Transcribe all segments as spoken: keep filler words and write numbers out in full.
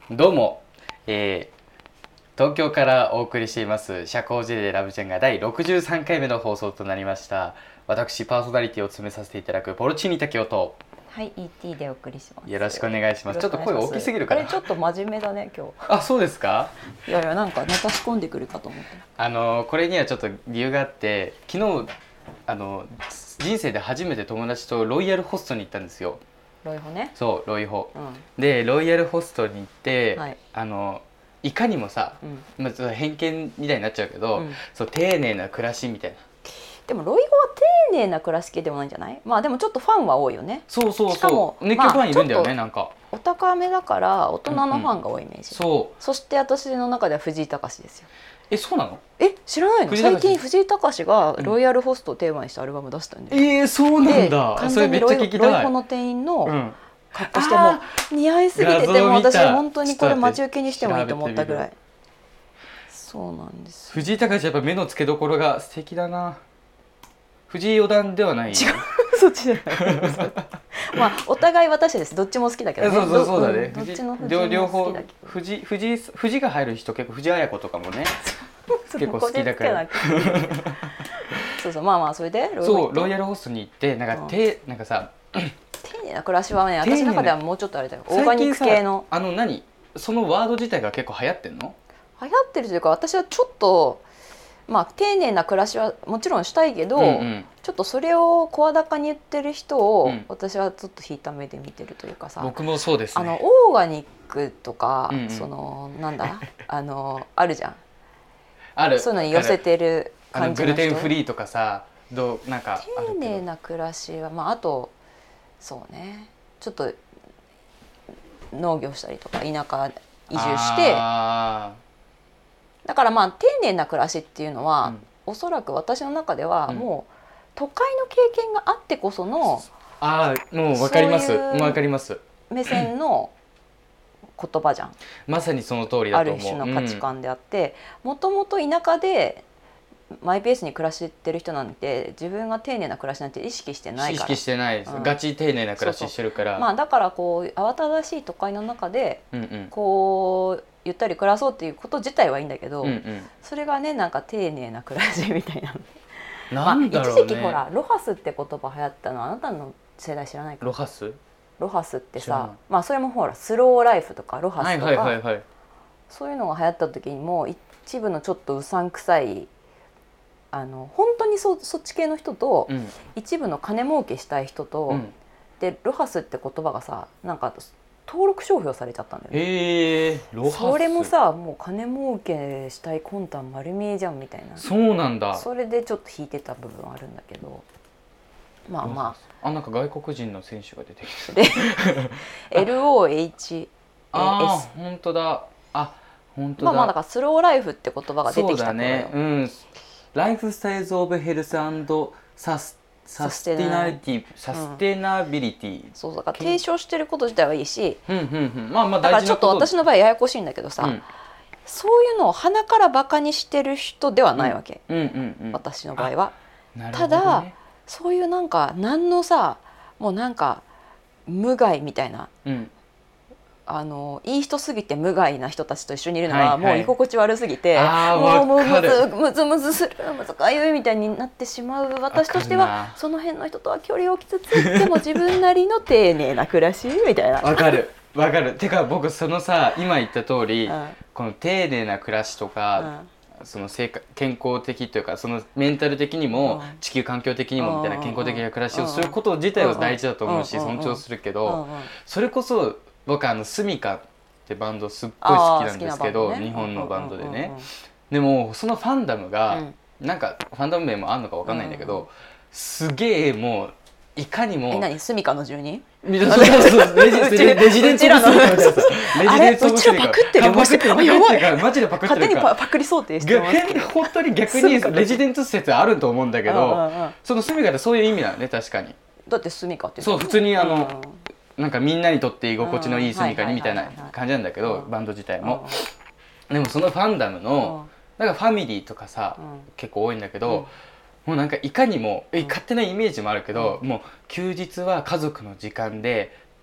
どうも、えー、東京からお送りしています社交辞令ラブジェンがだいろくじゅうさんかいめの放送となりました。私パーソナリティを務めさせていただくポルチーニ竹雄と、 はい、イーティー でお送りします。 よろしくお願いします。ちょっと声大きすぎるかな。 あれちょっと真面目だね今日。 あ、そうですか。 いやいや、なんかネタ仕込んでくるかと思って。 あのこれにはちょっと理由があって、昨日あの人生で初めて友達とロイヤルホストに行ったんですよ。 ロイホね。 そうロイホ、 うん、 でロイヤルホストに行って、 はい、 あのいかにもさ、うん、まあ、偏見みたいになっちゃうけど、うん、そう丁寧な暮らしみたいな。 でもロイホは丁寧な暮らし系でもないんじゃない？まあでもちょっとファンは多いよね。 そうそうそう。 しかも熱狂ファンいるんだよね、まあ、なんか。 お高めだから大人のファンが多いイメージ。 うんうん、そう。 そして私の中では藤井隆ですよ。 え、そうなの？ え、知らないの？最近藤井隆がロイヤルホストをテーマにしたアルバム出したんで。 うん、えー、そうなんだ。 完全にロイホの店員の、うん格好しても似合いすぎてても私本当にこれ待ち受けにしてもいいと思ったぐらい。そうなんです。 藤井隆やっぱ目の付けどころが素敵だな。藤井四段ではない。違うそっちじゃないまあお互い私です。どっちも好きだけどね。 そうそうそうだね。 どっちの藤井も好きだけど。 藤井藤井藤井が入る人結構藤あや子とかもね結構好きだから。 そうそう、まあまあそれでそうロイヤルホストに行ってなんか手なんかさ。 丁寧な暮らしはね、私の中ではもうちょっとあれだよ。オーガニック系の。 あの何そのワード自体が結構流行ってんの？ 流行ってるというか、私はちょっとまあ丁寧な暮らしはもちろんしたいけど、うんうん、ちょっとそれを声高に言ってる人を、うん、私はちょっと引いた目で見てるというかさ。 僕もそうですね。 あのオーガニックとか、うんうん、そのなんだあのあるじゃん。 ある。 そういうのに寄せてる感じの人。 グルテンフリーとかさ、どうなんかあるけど。 丁寧な暮らしはまああと。そうね、ちょっと農業したりとか田舎移住してだからまあ丁寧な暮らしっていうのは、うん、おそらく私の中ではもう都会の経験があってこその、 うん、ああもう分かります分かります目線の言葉じゃんまさにその通りだと思う。 ある種の価値観であってもともと田舎でマイペースに暮らしてる人なんて自分が丁寧な暮らしなんて意識してないから意識してないです、うん、ガチ丁寧な暮らししてるから。 そうそう、まあ、だからこう慌ただしい都会の中で、うんうん、こうゆったり暮らそうっていうこと自体はいいんだけど、うんうん、それがねなんか丁寧な暮らしみたいななんだろうね、 まあ、一時期ほらロハスって言葉流行ったのあなたの世代知らないか。 ロハスロハスってさ、まあ、それもほらスローライフとかロハスとか、はいはいはいはい、そういうのが流行った時にも一部のちょっとうさんくさいあの本当に そ, そっち系の人と、うん、一部の金儲けしたい人と、うん、でロハスって言葉がさなんか登録商標されちゃったんだよね。 へー、ロハス。 それもさもう金儲けしたい魂胆丸見えじゃんみたいな。 そうなんだ。 それでちょっと引いてた部分あるんだけどまあまああなんか外国人の選手が出てきてエルオーエイチエーエスあー本当だ。あ本当だ。 まあまあだからスローライフって言葉が出てきたからよ。 そうだね、うん、ライフスタイルオブヘルス&サスサステナリティサステナビリティ、うん、 そうだから提唱してること自体はいいし、 うんうんうん、まあまあ大事なこと。 だからちょっと私の場合ややこしいんだけどさ、うん、そういうのを鼻からバカにしてる人ではないわけ、うんうんうんうん、私の場合は。 なるほどね。 ただそういうなんか何のさもうなんか無害みたいな、うん、あのいい人すぎて無害な人たちと一緒にいるのはもう居心地悪すぎて、はいはい、もうもうむずむずするむずかゆいみたいになってしまう私としてはその辺の人とは距離を置きつつでも自分なりの丁寧な暮らしみたいな。 わかるわかる。てか僕そのさ今言った通り、うん、この丁寧な暮らしとか、うん、その生活健康的というかそのメンタル的にも、うん、地球環境的にもみたいな健康的な暮らしをすること自体は大事だと思うし、尊重するけど、うんうん、それこそ僕あのスミカってバンドすっごい好きなんですけど、ね、日本のバンドでね、うんうんうんうん、でもそのファンダムが、うん、なんかファンダム名もあるのか分かんないんだけど、うんうん、すげえもういかにもえ何スミカの住人レジデンツオブスミカみたいなさあれうちらパクってるパクってるやばいマジでパクってる勝手に パ, パクリ想定してますけど本当に逆にレジデンツ説あると思うんだけどそのスミカってそういう意味なのね。確かにだってスミカってそう普通にあの、うん、なんかみんなにとって居心地のいいスミカにみたいな感じなんだけどバンド自体もでもそのファンダムのなんかファミリーとかさ、うん、結構多いんだけど、うん、もうなんかいかにも、うん、勝手なイメージもあるけど、うん、もう休日は家族の時間で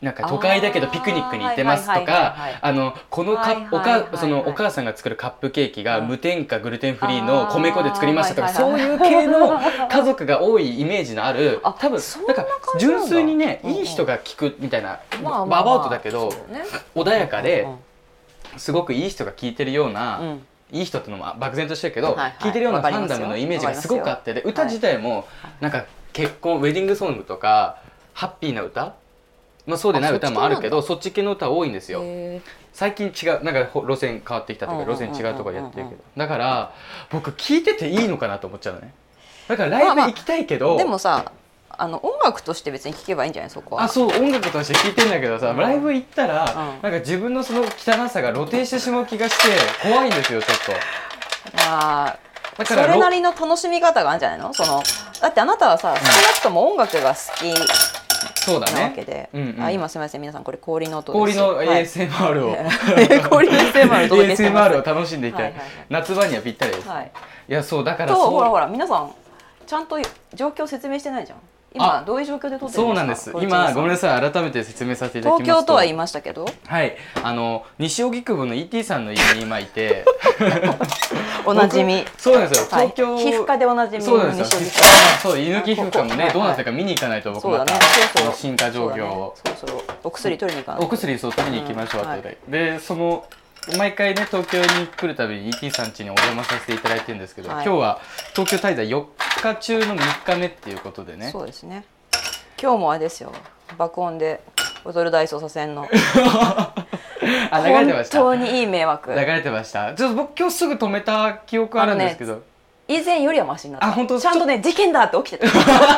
なんか都会だけどピクニックに行ってますとか、あのこのカおかそのお母さんが作るカップケーキが無添加グルテンフリーの米粉で作りましたとか、そういう系の家族が多いイメージのある、多分なんか純粋にねいい人が聞くみたいな、アバウトだけど穏やかですごくいい人が聞いてるような、いい人ってのも漠然としてるけど聞いてるようなファンダムのイメージがすごくあって、で歌自体もなんか結婚ウェディングソングとかハッピーな歌、まあそうでない歌もあるけど、そっち系の歌多いんですよ。最近違うなんか路線変わってきたとか路線違うとかやってるけど、だから僕聞いてていいのかなと思っちゃうのね。だからライブ行きたいけど、まあまあ、 でもさあの音楽として別に聴けばいいんじゃないそこは。 あ、そう音楽として聴いてんだけどさ、うん、ライブ行ったら、うん、なんか自分のその汚さが露呈してしまう気がして怖いんですよちょっと。 まあだからそれなりの楽しみ方があるんじゃないの。そのだってあなたはさ、うん、少なくとも音楽が好きそうだね、 なわけで、うんうん、あ今すみません皆さんこれ氷の音です。 氷の エーエスエムアール を、はい、 氷の エーエスエムアール を届けしてます。 エーエスエムアール を楽しんでいたい、はいはいはい、夏場にはぴったりです、はい、いやそうだからそうほらほら皆さんちゃんと状況説明してないじゃん。今どういう状況で撮ってるんですか。 そうなんです。今ごめんなさい改めて説明させていただきますと、 東京とは言いましたけど、 はいあの西荻窪の イーティー さんの家に今いておなじみそうなんですよ東京、 はい、皮膚科でおなじみの西荻窪。 そう居抜き皮膚科もねどうなってるか見に行かないと僕また進化状況をそろそろお薬取りに行かないと。 お薬そう取りに行きましょう後で。でその毎回ね東京に来るたびに イーティー さん家にお邪魔させていただいてるんですけど、はい、今日は東京滞在よっか中のみっかめっていうことでね。 そうですね。今日もあれですよ爆音で踊る大捜査線のあ流れてました。 本当にいい迷惑流れてました。ちょっと僕今日すぐ止めた記憶あるんですけど、ね、 以前よりはマシになった。 あ本当ちゃんとね事件だって起きてたフ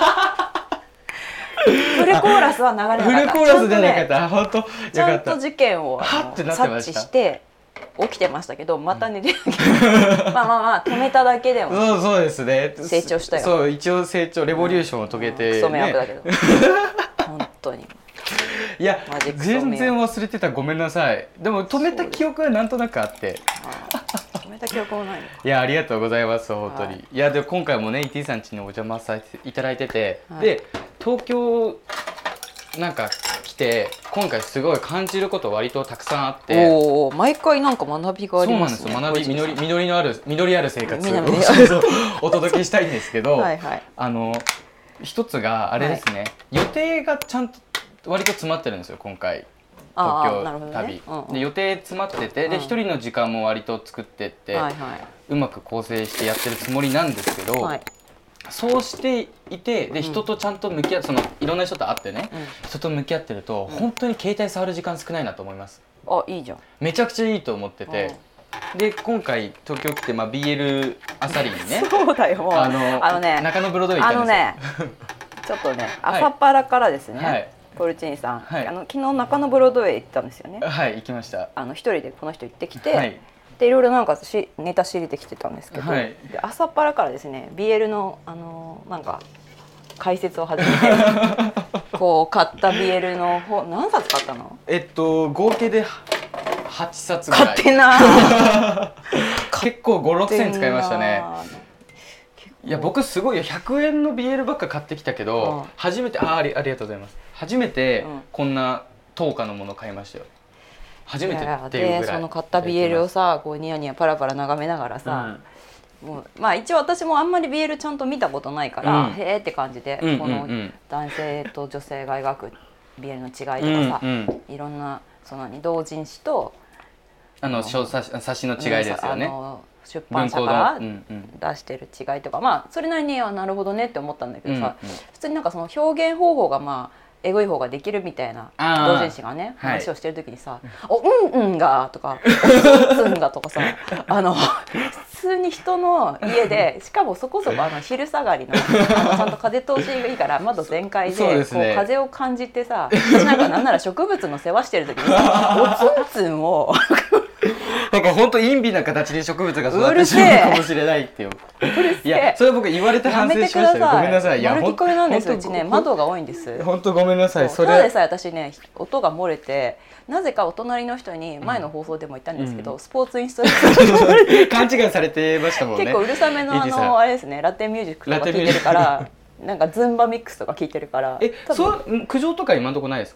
ルコーラスは流れなかった。 フルコーラスじゃなかった。本当ちゃんと事件を察知して起きてましたけどまた寝てるけどまあまあまあ止めただけでもそうそうですね成長したよ。 そう一応成長レボリューションを遂げて、ね、 クソ迷惑だけど本当にいや全然忘れてたごめんなさい。でも止めた記憶はなんとなくあって止めた記憶もない。 いやありがとうございます本当に、はい、いやで今回もね イーティー さん家にお邪魔させていただいてて、はい、で東京なんか来て今回すごい感じること割とたくさんあって、 お毎回なんか学びがありますね。 そうなんですよ。学び実り実りのある実りある生活をお届けしたいんですけどはい、はい、あの一つがあれですね、はい、予定がちゃんと割と詰まってるんですよ今回東京旅、ねうんうん、で予定詰まってて、うん、で一人の時間も割と作ってって、はいはい、うまく構成してやってるつもりなんですけど、はい、そうしていてで人とちゃんと向き合って、そのいろんな人と会ってね、うん、人と向き合ってると、うん、本当に携帯触る時間少ないなと思います。 あいいじゃん。 めちゃくちゃいいと思ってて、うん、で今回東京来て、まあ、ビーエル アサリにねそうだよあのあの、ね、中野ブロードウェイ行ったんですよ。 あのねちょっとね朝っぱらからですね、はい、ポルチーニさん、はい、あの昨日中野ブロードウェイ行ったんですよね。 はい行きました。 あの一人でこの人行ってきて、はい、でいろいろなんかしネタ仕入れてきてたんですけど、はい、で朝っぱらからですね ビーエル のあのー、なんか解説を始めてこう買った ビーエル の本何冊買ったの？ えっと合計ではちさつぐらい。 買ってな結構ご、ろくせん使いましたね。いや僕すごいよひゃくえんの ビーエル ばっか買ってきたけど、うん、初めてあ あ, りありがとうございます初めてこんな等価のもの買いましたよ。初めてっていうぐらい。 でその買った ビーエル をさこうニヤニヤパラパラ眺めながらさ、うん、もうまあ一応私もあんまり ビーエル ちゃんと見たことないから、うん、へーって感じで、うんうんうん、この男性と女性が描く ビーエル の違いとかさ、うんうん、いろんなその同人誌とあの小冊子の違いですよね。 出版社から出してる違いとか、まあそれなりにはなるほどねって思ったんだけどさ、うんうん、普通になんかその表現方法がまあエゴい方ができるみたいな同人誌がね話をしてる時にさ「おうんうんが」とか「おつんつんが」とかさあの普通に人の家でしかもそこそこあの昼下がりのあのちゃんと風通しがいいから窓全開でこう風を感じてさ私なんかなんなら植物の世話してる時にさ「おつんつん」をなんか本当陰微な形で植物が育ってしまうかもしれないっていう。いやそれ僕言われて反省しましたよ。ごめんなさい。いや丸聞こえなんですうちね窓が多いんです。 本当ごめんなさい。 それただでさえ私ね音が漏れてなぜかお隣の人に前の放送でも言ったんですけど、うん、スポーツインストラクター勘違いされてましたもんね。 結構うるさめのあのあれですねラテンミュージックとか聞いてるからなんかズンバミックスとか聞いてるから。 えそう苦情とか今のとこないですか？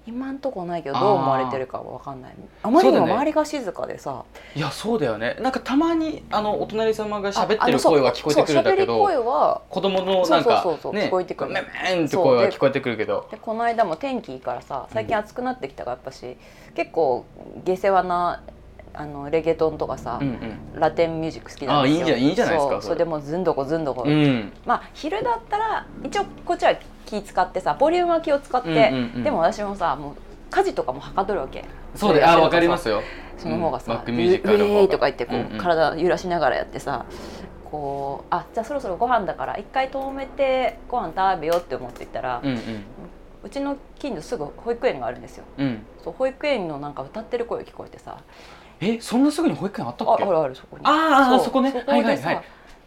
今んとこないけどどう思われてるかは分かんない。あまりにも周りが静かでさ、 ね、いやそうだよね。なんかたまにあのお隣様が喋ってる声は聞こえてくるんだけど、 声は子供のなんか聞こえてくる、 メンメンって声は聞こえてくるけど、 でこの間も天気いいからさ、最近暑くなってきたからやっぱし結構下世話なあのレゲトンとかさ、うんうん、ラテンミュージック好きなんですよ。 あいいんじゃいいんじゃないですか。 それでもずんどこずんどこ、 うん、 まあ昼だったら一応こっちは気使ってさ、ボリュームは気を使って、うんうんうん、でも私もさもう家事とかもはかどるわけ。 そうで、あ分かりますよ。 その方がさ、 バックミュージカルの方がウェーとか言ってこう、うんうん、体揺らしながらやってさ、こうあじゃあそろそろご飯だから一回止めてご飯食べようって思っていったら、うんうん、うちの近所すぐ保育園があるんですよ、うん、そう保育園のなんか歌ってる声聞こえてさ、 えそんなすぐに保育園あったっけ？ ああるある、そこに。 ああそこね、 そこでさ、はいはいはい、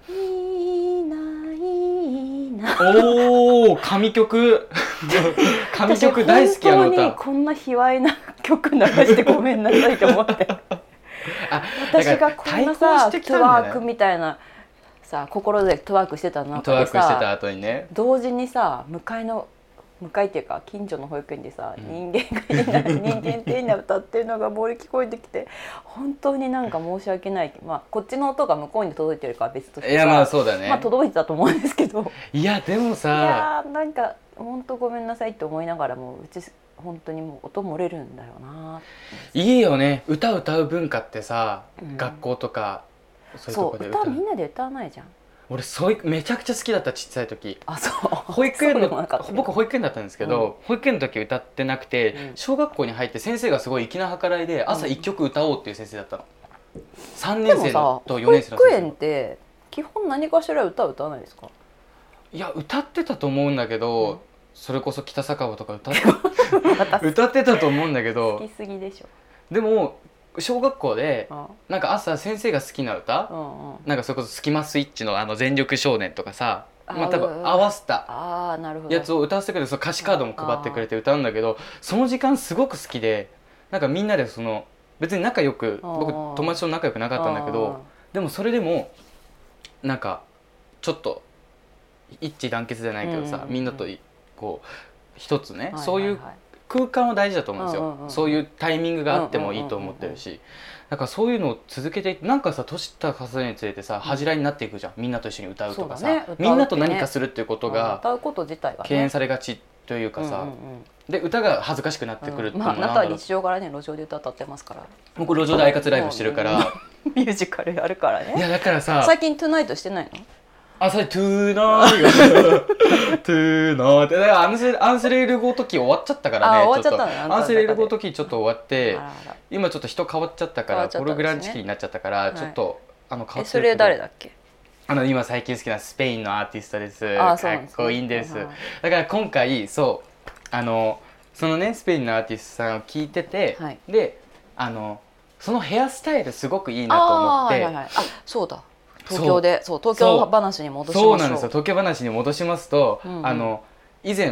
いいないいな、 おお神曲神曲大好き。あの歌本当にこんな卑猥な曲流してごめんなさいと思ってあ私がこんなさトゥワークみたいなさ心でトゥワークしてた中でさ、 トゥワークしてた後にね、 同時にさ向かいの向かいっていうか近所の保育園でさ、うん、人間がいない人間っていいな歌ってるのが漏れ聞こえてきて、本当になんか申し訳ない、まあこっちの音が向こうに届いてるかは別としてさ、 いやまあそうだね、 まあ届いてたと思うんですけど、 いやでもさ、 いやなんか本当ごめんなさいって思いながらも、うち本当にもう音漏れるんだよな。 いいよね、歌歌う文化ってさ、うん、学校とかそういうとこで歌う。 そう、歌みんなで歌わないじゃん。 俺そういうめちゃくちゃ好きだった、ちっちゃい時。 あ、そう。 保育園の僕保育園だったんですけど、うん、保育園の時歌ってなくて、うん、小学校に入って先生がすごい粋な計らいで朝一曲歌おうっていう先生だったの、うん、さんねん生のとよねん生の先生。 保育園って基本何かしら歌歌わないですか？ いや歌ってたと思うんだけど、うん、それこそ北酒場とか歌って歌ってたと思うんだけど、 好きすぎでしょ。 でも小学校でなんか朝先生が好きな歌、うんうん、なんかそれこそスキマスイッチのあの全力少年とかさ、まあ多分合わせたやつを歌わせてくれて、その歌詞カードも配ってくれて歌うんだけど、その時間すごく好きで、なんかみんなでその別に仲良く、僕友達と仲良くなかったんだけど、でもそれでもなんかちょっと一致団結じゃないけどさ、みんなとこう一つね、そういう空間は大事だと思うんですよ、うんうんうん、そういうタイミングがあってもいいと思ってるし、だからそういうのを続けて、なんかさ年た重ねにつれてさ恥じらいになっていくじゃん、みんなと一緒に歌うとかさ、ね、みんなと何かするっていうことが歌うこと自体が、ね、 敬遠されがちというかさ、うんうんうん、で歌が恥ずかしくなってくるっていうのも、 うん、まあ、あなたは日常からね路上で歌歌ってますから。 僕路上でアイカツライブしてるからミュージカルやるからね。 いやだからさ、 最近トゥナイトしてないの？ あ、それトゥーナートゥーナーって、だからアンセアンセレールご時終わっちゃったからね。 あ、終わっちゃったの。 アンセレールご時ちょっと終わって、今ちょっと人変わっちゃったから、ポルグランチ期になっちゃったから、ちょっとあの変わってるけど。え、 それ誰だっけ？ あの今最近好きなスペインのアーティストです。かっこいいんです。だから今回そうあのそのねスペインのアーティストさんを聞いてて、はい、であのそのヘアスタイルすごくいいなと思って、あ、はいはい、あ、 そうだ。東京でそう東京話に戻しましょう。 そうなんですよ。東京話に戻しますと、うんうん、あの以前、うん、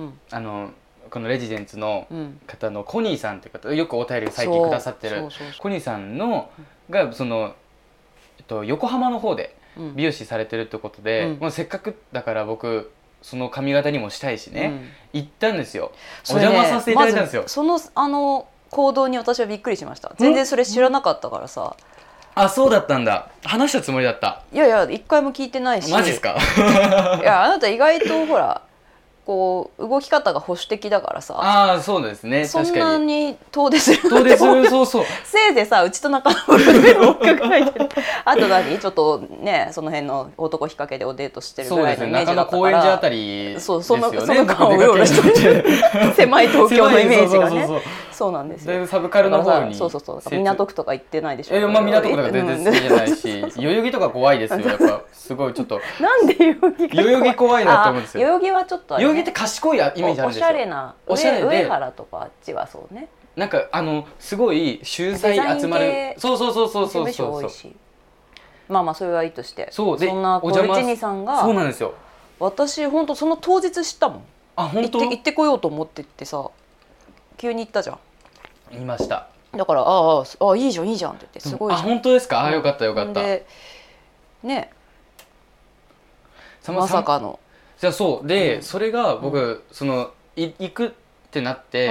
あのこのレジデンツの方のコニーさんという方、よくお便り最近くださってるコニーさんのがその、えっと、横浜の方で美容師されてるってことで、うん、もうせっかくだから僕その髪型にもしたいしね、うん、行ったんですよ。お邪魔させていただいたんですよ。 ま、そのあの行動に私はびっくりしました。全然それ知らなかったからさ。 あ、そうだったんだ。話したつもりだった。 いやいや、一回も聞いてないし。 マジっすか？ いや、あなた意外とほらこう動き方が保守的だからさ。 ああ、そうですね。 そんなに遠出する遠出する、そうそう。 せいぜいさ、うちと中野ブルーを追っかけないで。あと何、ちょっとね、その辺の男引っ掛けでおデートしてるぐらいのイメージだったから。 そうですね。中野高円寺あたりですよね。 そう、そのその間をうろうろしてる狭い東京のイメージがね。そうなんですよ。 サブカルの方に。 そうそうそう。港区とか行ってないでしょ。 え、まあ港区とか全然好きじゃないし、代々木とか怖いですよ。やっぱすごいちょっと。 なんで代々木が怖い？ 代々木怖いなと思うんですよ。 代々木はちょっと代々木って賢いイメージあるんですよ。 おしゃれな。おしゃれで。上原とかあっちはそうね。 なんかあのすごい秀才集まる。そうそうそうそうそうそう。 まあまあそれはいいとして。そうで。そんなコルチニさんが。 そうなんですよ。 私本当その当日知ったもん。 あ、本当？ 行ってこようと思ってってさ、急に行ったじゃん。 言いました。 だからあああいいじゃんいいじゃんって言ってすごいじゃん。 あ、本当ですか？あ、よかったよかった。 でね、まさかの。 じゃあそうで、それが僕そのい行くってなって、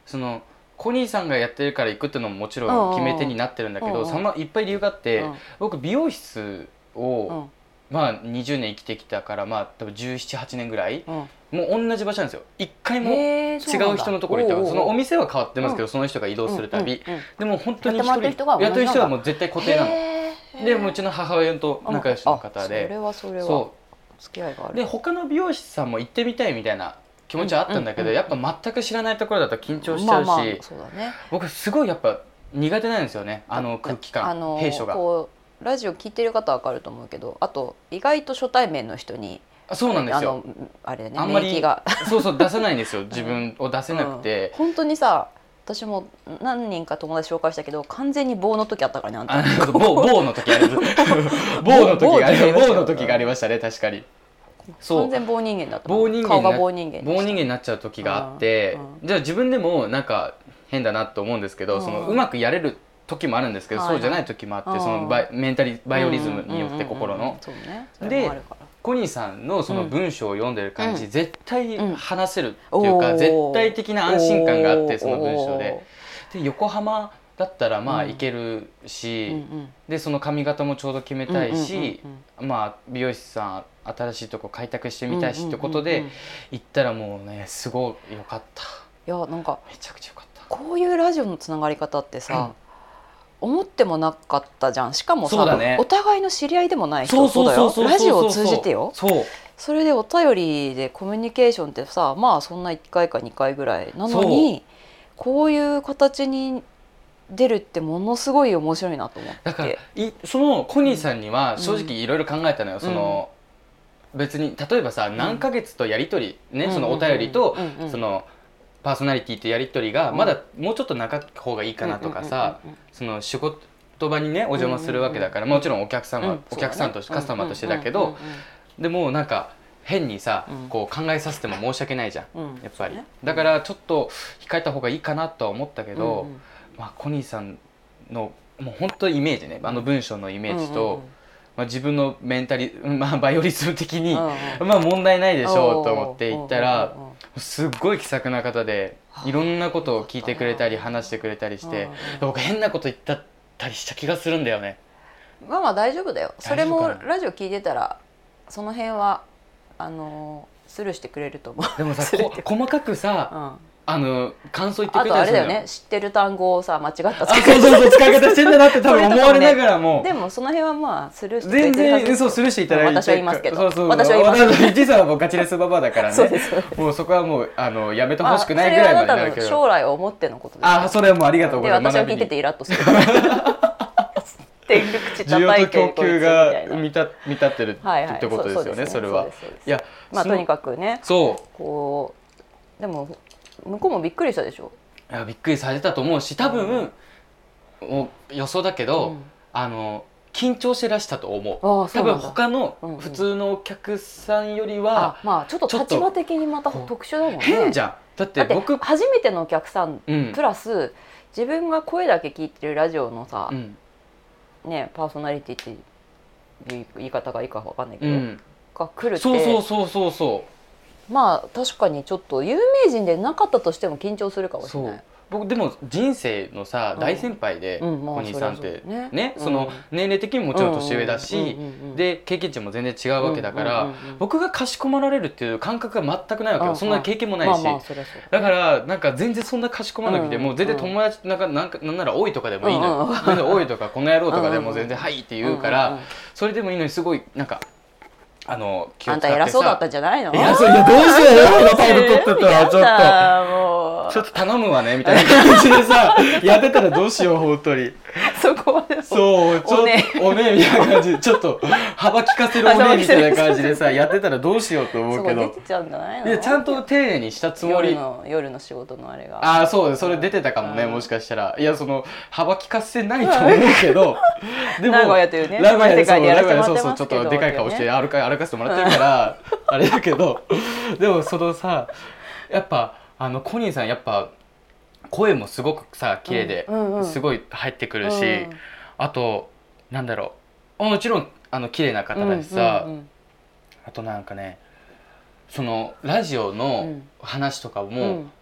そのコニーさんがやってるから行くっていうのももちろん決め手になってるんだけど、そのいっぱい理由があって、僕美容室をまあにじゅうねん生きてきたから、まあ多分じゅうなな、はちねんぐらい、もう同じ場所なんですよ。一回も違う人のところに行った。そのお店は変わってますけど、その人が移動するたび、でも本当に一人やってる人はもう絶対固定なので、もううちの母親と仲良しの方で、 それはそれは付き合いがある。 で他の美容師さんも行ってみたいみたいな気持ちはあったんだけど、やっぱ全く知らないところだと緊張しちゃうし、僕すごいやっぱ苦手なんですよね、あの空気感、弊所が。 ラジオ聞いてる方は分かると思うけど、あと意外と初対面の人にそうなんですよ、 あれね、 あんまりそうそう出せないんですよ自分を出せなくて、 うん、本当にさ、私も何人か友達紹介したけど完全に棒の時あったからね、あんた。 棒の時ある棒の時が棒の時がありましたね、確かに。 そう完全棒人間だった。棒人間顔が棒人間棒人間になっちゃう時があって、うん、じゃあ自分でもなんか変だなと思うんですけど、うん、そのうまくやれる時もあるんですけど、そうじゃない時もあって、そのバイメンタリバイオリズムによって心の。でコニーさんのその文章を読んでる感じ、絶対話せるっていうか、絶対的な安心感があって、その文章で。で横浜だったらまあ行けるし、でその髪型もちょうど決めたいし、まあ美容師さん新しいとこ開拓してみたいしってことで行ったらもうね、すごい良かった。 いやなんかめちゃくちゃ良かった。 こういうラジオのつながり方ってさ、思ってもなかったじゃん。しかもさ、ね、お互いの知り合いでもない人だよ。ラジオを通じてよ。 そうそれでお便りでコミュニケーションってさ、まあそんないっかいかにかいぐらいなのに、こういう形に出るってものすごい面白いなと思って。 だからいそのコニーさんには正直いろいろ考えたのよ、うん、その別に例えばさ、何ヶ月とやり取りね、うん、そのお便りとそのパーソナリティとやり取りがまだもうちょっと長い方がいいかなとかさ、その仕事場にねお邪魔するわけだから、もちろんお客様、うん、お客さんとして、カスタマーとしてだけど、でもなんか変にさ、こう考えさせても申し訳ないじゃん、やっぱり。だからちょっと控えた方がいいかなとは思ったけど、まあ、コニーさんのもう本当イメージね、あの文章のイメージと、まあ、自分のメンタリ、まあ、バイオリズム的に、まあ問題ないでしょうと思って言ったら、すっごい気さくな方でいろんなことを聞いてくれたり話してくれたりして、僕変なこと言ったりした気がするんだよね。 まあまあ大丈夫だよ。それもラジオ聞いてたらその辺はあのスルーしてくれると思う。 でもさ細かくさ、うんあの感想言ってくれたりするんだよ。あとあれだよね、知ってる単語をさ間違った使い方、そうそうそう使い方してんだなって多分思われながらも、 でもその辺はまあスルーしてくれてるはず。 全然そうスルーしていただいて、 私は言いますけど、 そうそう私は言いますけど、 実はもうガチレスババアだからね。そうですもうそこはもうあのやめてほしくないぐらいまでなるけど、 それはあなたの将来を思ってのことです。 あそれはもうありがとうございます。 で私は聞いててイラッとする。天口需要と供給が満た満たってるってことですよね。それは。 いやまあとにかくね、 そうこうでも向こうもびっくりしたでしょ。 いやびっくりされたと思うし、多分、うん、予想だけど、うん、あの緊張してらしたと思う。多分他の普通のお客さんよりは、 うんうん、まあちょっと立場的にまた特殊だもんね。 変じゃん。だって僕初めてのお客さん、うん、プラス自分が声だけ聞いてるラジオのさ、うん、ねパーソナリティって言い方がいいか分かんないけど、うん、が来るって。 そうそうそうそうそう。 まあ確かにちょっと有名人でなかったとしても緊張するかもしれない。 僕でも人生のさ、うん、大先輩で、うんコニーさんってね、ね、うん、その年齢的にももちろん年上だし、で経験値も全然違うわけだから、うんうんうんうん、僕がかしこまられるっていう感覚が全くないわけよ。そんな経験もないし、まあまあだからなんか全然そんなかしこまなくて、うん、もう全然友達なんかなんかなんなら多いとかでもいいのよ。全然多いとかこの野郎とかでも全然はいって言うから、それでもいいのにすごいなんか。あの気を使ってさ、あんた偉そうだったんじゃないの？ いやそういやどうしようよこのタイル取ってたらちょっとちょっと頼むわねみたいな感じでさやってたらどうしよう本当に。 そこまでそうちょっとおねおねみたいな感じでちょっと幅利かせるおねみたいな感じでさやってたらどうしようと思うけど。 そこ出てちゃうんじゃないの？ いやちゃんと丁寧にしたつもり。 夜の夜の仕事のあれが。 ああそうそれ出てたかもね、もしかしたら。いやその幅利かせないと思うけど。 でも名古屋というね名古屋でそう名古屋そうそうちょっとでかい顔して歩か歩かせてもらってるから。あれだけどでもそのさやっぱあのコニーさんやっぱ声もすごくさ綺麗で、うんうんうん、すごい入ってくるし、うん、あとなんだろうもちろんあの綺麗な方だしさ、うんうんうん、あとなんかねそのラジオの話とかも、うん、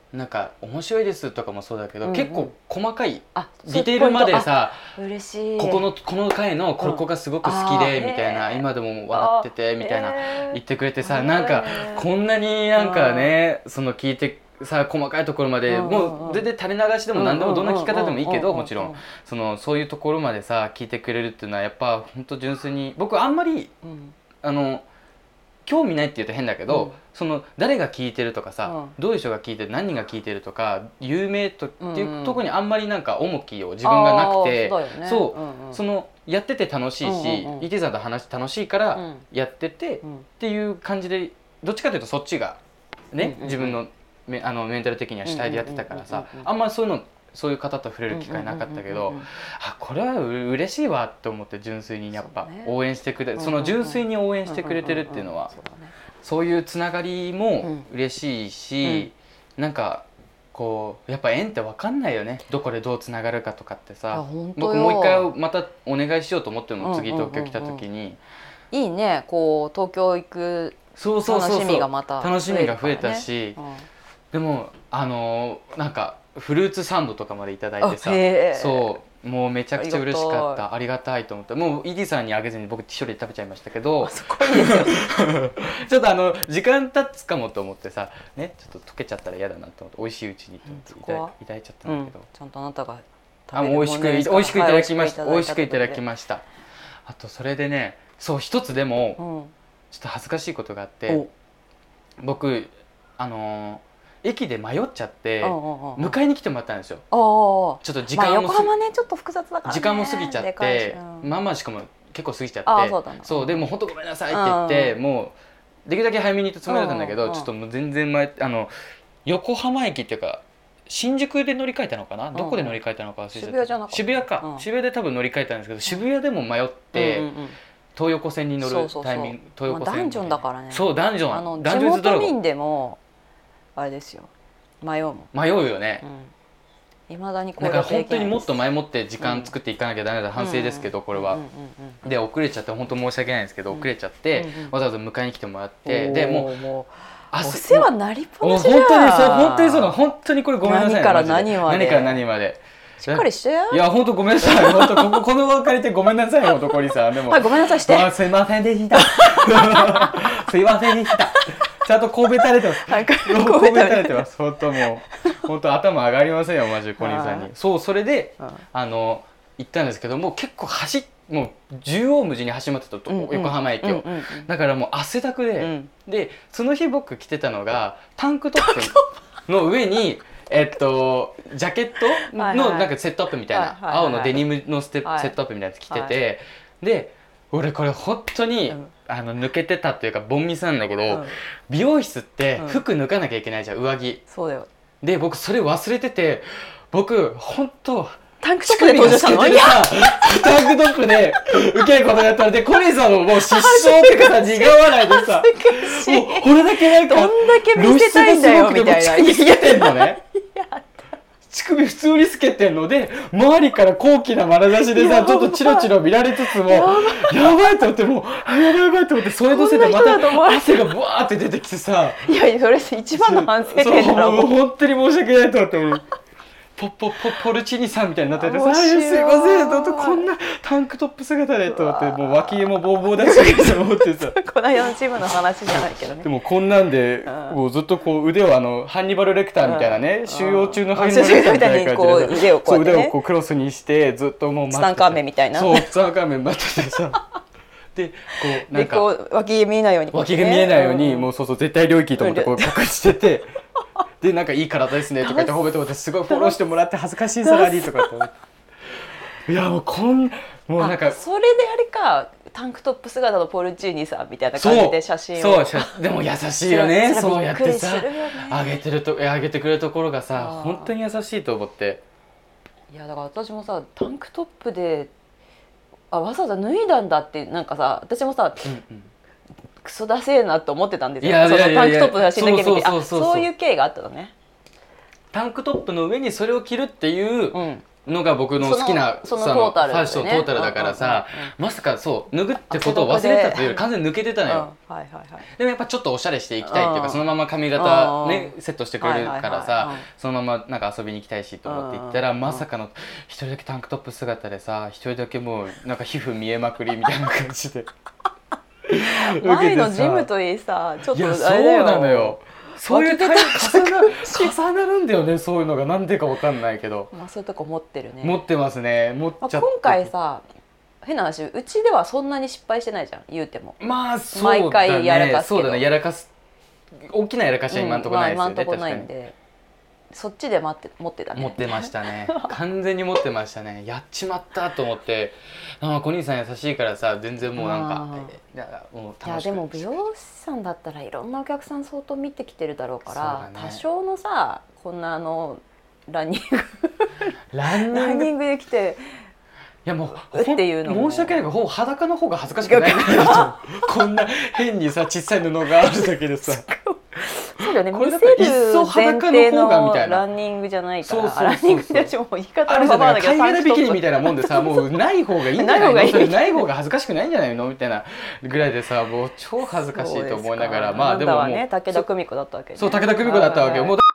なんか面白いですとかもそうだけど、うんうん、結構細かいディテールまでさ、 嬉しい、 ここのこの回のここがすごく好きで、うん、みたいな、今でも笑っててみたいな言ってくれてさ、なんかこんなになんかね、その聞いてさ細かいところまで、もう全然垂れ流しでも何でもどんな聞き方でもいいけど、もちろんそのそういうところまでさ聞いてくれるっていうのはやっぱ本当純粋に、僕あんまり、うん、あの興味ないって言うと変だけど、うん、その誰が聞いてるとかさ、うん、どういう人が聞いてる、何人が聞いてるとか有名とっていうところにあんまりなんか重きを自分がなくて、そう、うんうん、そのやってて楽しいし、うんうん、イティさんと話楽しいからやってて、うん、っていう感じで、どっちかというとそっちがね、うんうんうん、自分のメ、あのメンタル的には主体でやってたからさ、あんまそういうのそういう方と触れる機会なかったけど、あ、これはう嬉しいわって思って、純粋にやっぱ応援してくれ、その純粋に応援してくれてるっていうのは、そういうつながりも嬉しいし、なんかこうやっぱ縁って分かんないよね、どこでどうつながるかとかってさ。僕もう一回またお願いしようと思っても、次東京来た時にいいね、こう東京行く楽しみがまた楽しみが増えたし、でもあのなんかフルーツサンドとかまでいただいてさ、そうもうめちゃくちゃ嬉しかった、ありがたいと思って、もうイディさんにあげずに僕一人で食べちゃいましたけど、 すごいですよちょっとあの時間経つかもと思ってさ、ね、ちょっと溶けちゃったら嫌だなと思って、美味しいうちにと思っていただいただいちゃったんだけど、うん、 ちゃんとあなたが食べるものですか。あ、美味しく美味しくいただきました、はい、美味しくいただきました。あとそれでね、そう一つでも、うん、ちょっと恥ずかしいことがあって、僕あのー駅で迷っちゃって迎えに来てもらったんですよ。ちょっと時間も、まあ、 横浜ねちょっと複雑だからね、 時間も過ぎちゃって、うん、まあまあしかも結構過ぎちゃって、そうだな、そうでもう本当ごめんなさいって言って、うん、もうできるだけ早めに行ったつもりだったんだけど、うん、ちょっともう全然前あの横浜駅っていうか新宿で乗り換えたのかな、うん、どこで乗り換えたのか忘れちゃった。 渋谷じゃなかった。 渋谷か、うん、渋谷で多分乗り換えたんですけど、渋谷でも迷って、うんうんうん、東横線に乗るタイミング、東横線、 ダンジョンだからね。 そうダンジョン、 あの地元民でもあれですよ、迷うもん。 迷うよね。 いま、うん、だにこれだから本当にもっと前もって時間作っていかなきゃダメだ、うん、反省ですけどこれは。で遅れちゃって本当申し訳ないんですけど、遅れちゃって、うんうん、わざわざ迎えに来てもらって、でもうもうお世話になりっぱなしじゃん。 本当にそう本当にそうなの、本当にこれごめんなさい。 何から何まで何から何までしっかりしてや。 いや本当ごめんなさい。本当こここの場を借りてごめんなさい本当コリさん。でもはい、ごめんなさいして。 すいませんでした。すいませんでした。ちゃんと神戸垂れてます。神戸垂れてます。本当もう本当頭上がりませんよマジコリさんに。そうそれであの行ったんですけども、結構走もう縦横無尽に走り回ってたと、うんうん、横浜駅を、うんうん、だからもう汗だくで、うん、でその日僕着てたのがタンクトップの上にえっとジャケットのなんかセットアップみたいな、はいはい、青のデニムのステ、はい、セットアップみたいなやつ着てて、はい、で俺これ本当に、うん、あの抜けてたっていうかボンミスなんだけど、うん、美容室って服脱かなきゃいけないじゃん、上着。 そうだよ。 で僕それ忘れてて、僕本当タンクトップで登場したの？いやタンクトップで受けることやったらで、コリさんももう失笑っていうかさ、苦笑いでさ、もうこれだけなんかどんだけ見せたいんだよみたいな。 乳首つけてんのね。乳首普通につけてんので、周りから高貴な眼差しでさ、ちょっとチロチロ見られつつも、やばいと思って、もうやばいやばいと思って、それのせいでまた汗がブワーって出てきてさ、 いやいやそれ一番の反省点だろ。 もう本当に申し訳ないと思って。ポポポポルチーニさんみたいになっててさ、すいませんとこんなタンクトップ姿でと思って、もう脇毛もボーボーだしと思ってさこの間のチームの話じゃないけどね。 でもこんなんでもうずっとこう腕をあのハンニバルレクターみたいなね、収容中のハンニバルレクターみたいな感じで腕をこうやってね、腕をこうクロスにしてずっともうツタンカーメンみたいな、 そうツタンカーメン待っててさでこうなんか脇毛見えないように、 脇毛見えないようにもうそうそう絶対領域と思ってこう隠してて。でなんかいい体ですねとか言って褒めてもらって、すごいフォローしてもらって恥ずかしいさらにとかって思って、いやもうこんもうなんかそれであれか、タンクトップ姿のポルチーニさんみたいな感じで写真を、 そうそうでも優しいよね、そうやってさあげてるとあげてくれるところがさ本当に優しいと思って。 いやだから私もさタンクトップであわざわざ脱いだんだって、なんかさ私もさ、うんうん、クソだせえなと思ってたんですよ。そのタンクトップの写真だけ見て、そういう経緯があったのね。 タンクトップの上にそれを着るっていうのが僕の好きなそのそのトータル、ね、 ファッショントータルだからさ、うんうんうんうん、まさかそう脱ぐってことを忘れてたというより完全に抜けてたのよ、うんはいはいはい、でもやっぱちょっとおしゃれしていきたいっていうか、そのまま髪型ねセットしてくれるからさ、はいはいはい、そのままなんか遊びに行きたいしと思って行ったら、まさかの一人だけタンクトップ姿でさ、一人だけもうなんか皮膚見えまくりみたいな感じで前のジムといいさ、ちょっとあれだよ、 いやそうなのよ、そういうタイプ重なる重なるんだよね、そういうのがなんでかわかんないけど、 まあそういうとこ持ってるね、 持ってますね、持っちゃって、 まあ、今回さ変な話、うちではそんなに失敗してないじゃん、言うても、 まあそうだね、 毎回やらかすけど、 そうだね、やらかす大きなやらかしは今んとこないですよね、うんまあ、今んとこないんで、そっちで待って持ってたね、 持ってましたね完全に持ってましたね、やっちまったと思って、あ小兄さん優しいからさ、全然もうなんかいやもう楽しく、いやでも美容師さんだったらいろんなお客さん相当見てきてるだろうから、ね、多少のさこんなあのランニングランニングで来ていやもうっていうのも申し訳ないけど、ほぼ裸の方が恥ずかしくないこんな変にさ小さい布があるだけでさそうだよね、見せる前提のランニングじゃないから、ランニングってもう言い方のままだけど、 海外ビキニみたいなもんでさ、もうない方がいいんじゃないの、それない方が恥ずかしくないんじゃないのみたいなぐらいでさ、もう超恥ずかしいと思いながら、まあでももうね、武田久美子だったわけね、 そう武田久美子だったわけよ、もう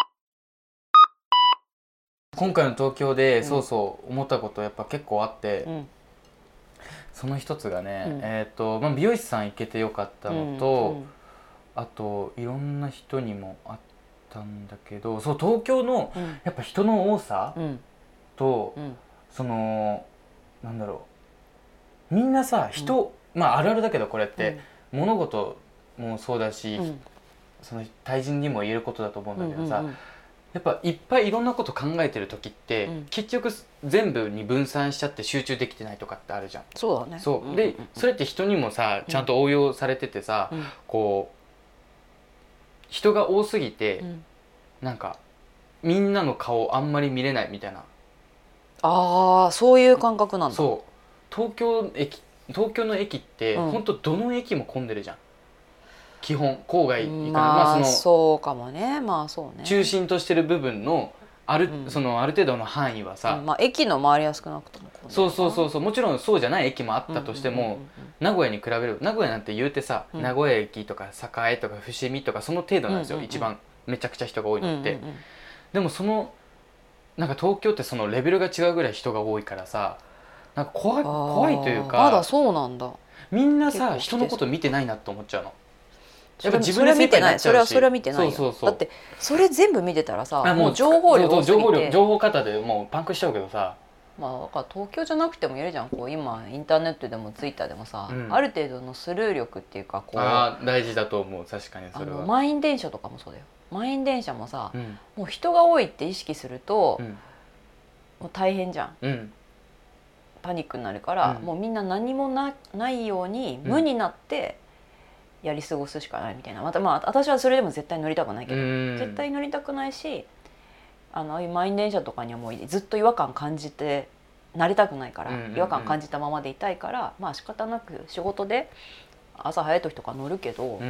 今回の東京でそうそう思ったことやっぱ結構あって、うん、その一つがね、うん、えっと、まあ、美容師さん行けてよかったのと、うんうん、あといろんな人にもあったんだけど、そう東京のやっぱ人の多さと、うん、そのなんだろう、みんなさ人、うん、まああるあるだけどこれって、うん、物事もそうだし、うん、その対人にも言えることだと思うんだけどさ、うんうんうん、やっぱいっぱいいろんなこと考えてる時って、うん、結局全部に分散しちゃって集中できてないとかってあるじゃん。 そうだね。 そう、うんうんうん、でそれって人にもさちゃんと応用されててさ、うん、こう人が多すぎて、うん、なんかみんなの顔あんまり見れないみたいな。 ああ、そういう感覚なんだ。 そう東京駅東京の駅って、うん、ほんとどの駅も混んでるじゃん。基本郊外行かない、 まあ、まあ、そのそうかもね、まあそうね、 中心としてる部分のある、うん、そのある程度の範囲はさ、 うん、まあ、駅の周りは少なくともそうそうそうそう、もちろんそうじゃない駅もあったとしても、うんうんうんうん、名古屋に比べる名古屋なんて言うてさ、うん、名古屋駅とか栄とか伏見とかその程度なんですよ、うんうんうん、一番めちゃくちゃ人が多いのって、うんうんうん、でもそのなんか東京ってそのレベルが違うぐらい人が多いからさ、なんか怖い、怖いというか、 まだそうなんだ、 みんなさ人のこと見てないなと思っちゃうの。 やっぱ自分で見てない、それはそれは見てないよ。そうそうそう、だってそれ全部見てたらさ、もう情報量多すぎて、情報量情報型でもうパンクしちゃうけどさ、 まあだから東京じゃなくても言えるじゃん、こう今インターネットでもツイッターでもさ、うん、ある程度のスルー力っていうかこう、 あ大事だと思う、確かにそれは。 満員電車とかもそうだよ。満員電車もさ、うん、もう人が多いって意識すると、うん、もう大変じゃん、うん、パニックになるから、うん、もうみんな何も な, ないように無になってやり過ごすしかないみたいな。またまあ私はそれでも絶対乗りたくないけど、絶対乗りたくないし、あのああいう満員電車とかにはもうずっと違和感感じてなりたくないから、うんうんうん、違和感感じたままでいたいから、まあ仕方なく仕事で朝早い時とか乗るけど、うん、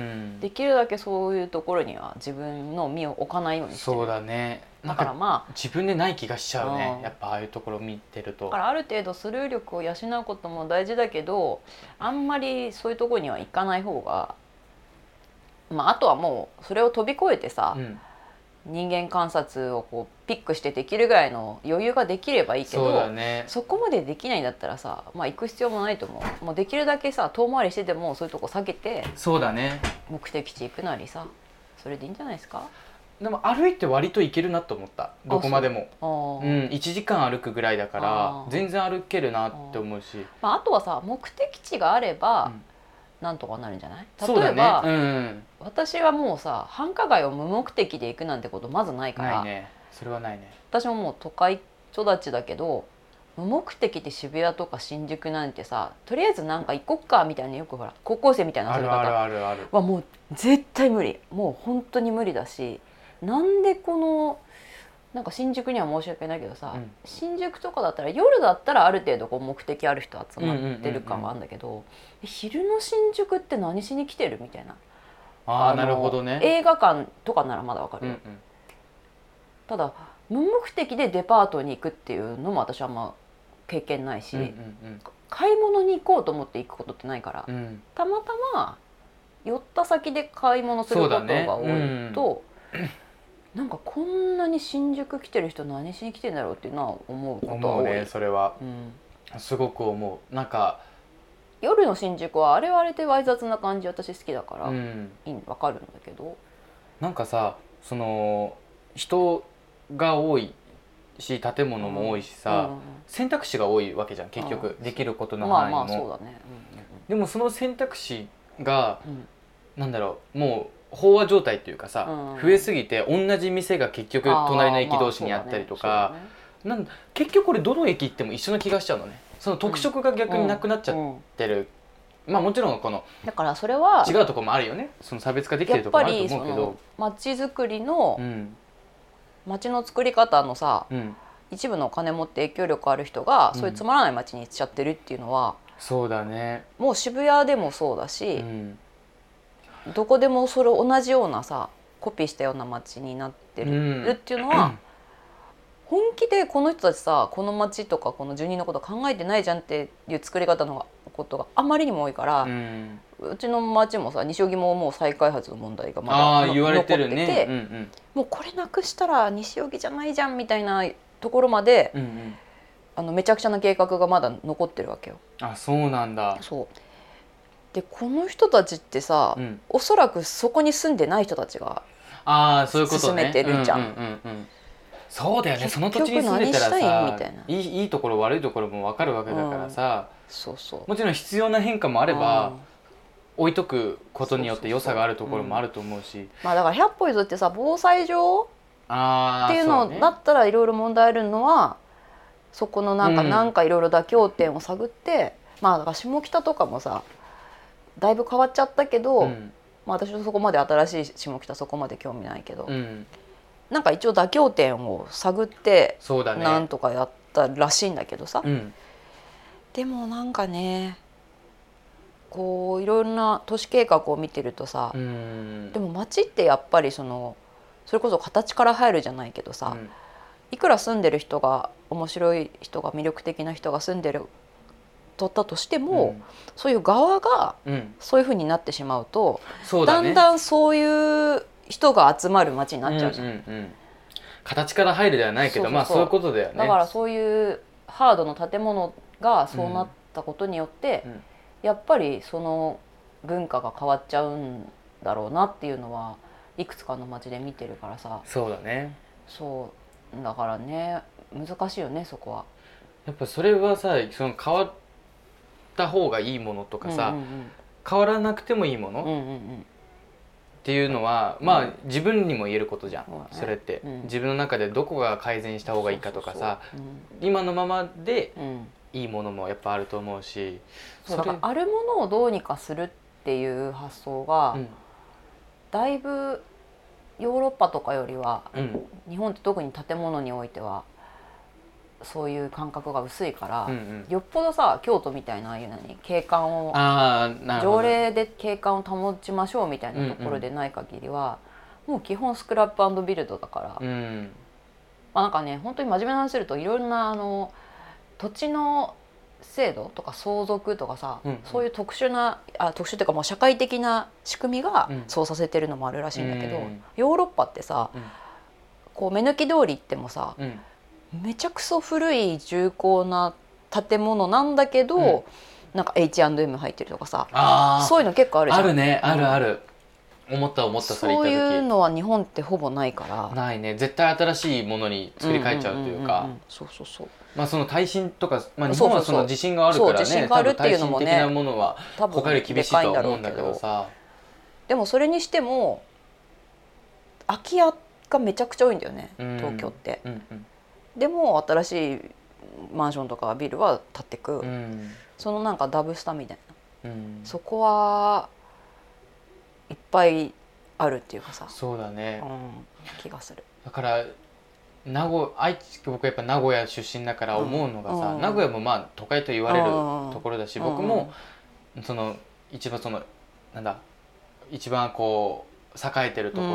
できるだけそういうところには自分の身を置かないようにしてる。 そうだね。 だからまあ自分でない気がしちゃうね、やっぱああいうところ見てると。 だからある程度スルー力を養うことも大事だけど、あんまりそういうところには行かない方が、まあ、あとはもうそれを飛び越えてさ、うん、人間観察をこうピックしてできるぐらいの余裕ができればいいけど、 そうだね、 そこまでできないんだったらさ、まあ、行く必要もないと思う。もうできるだけさ遠回りしてでもそういうとこ避けて、 そうだね、 目的地行くなりさ、それでいいんじゃないですか。 でも歩いて割と行けるなと思った、どこまでも。うん、いちじかん歩くぐらいだから全然歩けるなって思うし、 あ, まあ、あとはさ目的地があれば、うん、なんとかなるんじゃない。例えば、ね、うん、私はもうさ繁華街を無目的で行くなんてことまずないから。 ないね、それはないね。 私ももう都会育ちだけど、無目的で渋谷とか新宿なんてさ、とりあえずなんか行こっかみたいな、よくほら高校生みたいな遊び方はもう絶対無理、もう本当に無理だし、なんでこのなんか新宿には申し訳ないけどさ、うん、新宿とかだったら夜だったらある程度こう目的ある人集まってる感はあるんだけど、うんうんうんうん、昼の新宿って何しに来てるみたいな。 ああ、なるほどね。 映画館とかならまだわかるよ、うんうん、ただ無目的でデパートに行くっていうのも私はあんま経験ないし、うんうんうん、買い物に行こうと思って行くことってないから、うん、たまたま寄った先で買い物することが多いと、ね、うん、なんかこんなに新宿来てる人何しに来てんだろうっていうのは思うことは多い。 思うね、それは、うん、すごく思う。なんか夜の新宿はあれはあれでわい雑な感じ私好きだから、うん、いい分かるんだけど、 なんかさ、その人が多いし建物も多いしさ、うんうんうん、選択肢が多いわけじゃん結局、うん、できることの範囲も、まあまあそうだね、うんうんうん、でもその選択肢が、うん、なんだろう、もう飽和状態っていうかさ、うん、増えすぎて同じ店が結局隣の駅同士にあったりとか、まあねね、なん結局これどの駅行っても一緒な気がしちゃうのね。その特色が逆になくなっちゃってる、うんうん、まあもちろんこのだからそれは違うところもあるよね。その差別化できてるところもあると思うけど、 街づくりの、うん、街の作り方のさ、うん、一部のお金持って影響力ある人が、うん、そういうつまらない街にしちゃってるっていうのは、 そうだね、 もう渋谷でもそうだし、うん、どこでもそれ同じようなさコピーしたような街になってるっていうのは、うん、本気でこの人たちさこの街とかこの住人のこと考えてないじゃんっていう作り方のことがあまりにも多いから、うん、うちの町もさ西荻ももう再開発の問題がまだの言われてるね、残ってて、うんうん、もうこれなくしたら西荻じゃないじゃんみたいなところまで、うんうん、あのめちゃくちゃな計画がまだ残ってるわけよ。 あ、そうなんだ。 そうでこの人たちってさ、うん、おそらくそこに住んでない人たちが進めてるじゃん。 そうだよね。その土地に住んでたらさ、いい、いいところ悪いところも分かるわけだからさ、うん、そうそうもちろん必要な変化もあれば、うん、置いとくことによって良さがあるところもあると思うし、うん、 まあだからひゃっぽ譲ってさ防災上っていうのだったらいろいろ問題あるのはそこのなんか、うん、なんかいろいろ妥協点を探って、まあだから下北とかもさだいぶ変わっちゃったけど、うん、まあ私はそこまで新しい下北そこまで興味ないけど、うん、なんか一応妥協点を探ってなんとかやったらしいんだけどさ、うん、でもなんかねこういろいろな都市計画を見てるとさ、うん、でも街ってやっぱりそのそれこそ形から入るじゃないけどさ、うん、いくら住んでる人が面白い人が魅力的な人が住んでるとったとしても、うん、そういう側がそういう風になってしまうと、うん、だんだんそういう人が集まる街になっちゃうじゃん、うんうんうん、 形から入るではないけど、そうそうそう、まあそういうことだよね。 だからそういうハードの建物がそうなったことによって、うん、やっぱりその文化が変わっちゃうんだろうなっていうのはいくつかの街で見てるからさ。 そうだね。 そうだからね難しいよねそこは。 やっぱそれはさその変わった方がいいものとかさ、うんうんうん、変わらなくてもいいもの、うんうんうん、っていうのは、うん、まあ自分にも言えることじゃん、うん、それって、うん、自分の中でどこが改善した方がいいかとかさ、そうそうそう、うん、今のままでいいものもやっぱあると思うし、 そうだからあるものをどうにかするっていう発想が、うん、だいぶヨーロッパとかよりは、うん、日本って特に建物においてはそういう感覚が薄いから、うんうん、よっぽどさ京都みたいなああいうのに景観を条例で景観を保ちましょうみたいなところでない限りは、うんうん、もう基本スクラップ&ビルドだから、うん、まあなんかね本当に真面目な話するといろんなあの土地の制度とか相続とかさ、うんうん、そういう特殊なあ特殊っていうかもう社会的な仕組みがそうさせてるのもあるらしいんだけど、うん、ヨーロッパってさ、うん、こう目抜き通り行ってもさ、うん、めちゃくそ古い重厚な建物なんだけど、うん、なんか エイチアンドエム 入ってるとかさ、そういうの結構あるじゃん。 あるね、あるある、うん、思った思った。 それ言った時そういうのは日本ってほぼないからないね。絶対新しいものに作り変えちゃうというか、 そうそうそう、 まあその耐震とか、まあ、日本はその地震があるからね、そうそうそう、地震があるっていうのもね、耐震的なものは他より厳しいとは思うんだけどさ、 でもそれにしても空き家がめちゃくちゃ多いんだよね、うん、東京って、うんうん、でも新しいマンションとかビルは建ってく、うん、そのなんかダブスタみたいな、うん、そこはいっぱいあるっていうかさ、 そうだね、うん、気がする。だから名古愛知僕やっぱ名古屋出身だから思うのがさ、うん、名古屋もまあ都会と言われるところだし、うん、僕もその一番そのなんだ一番こう栄えてるところ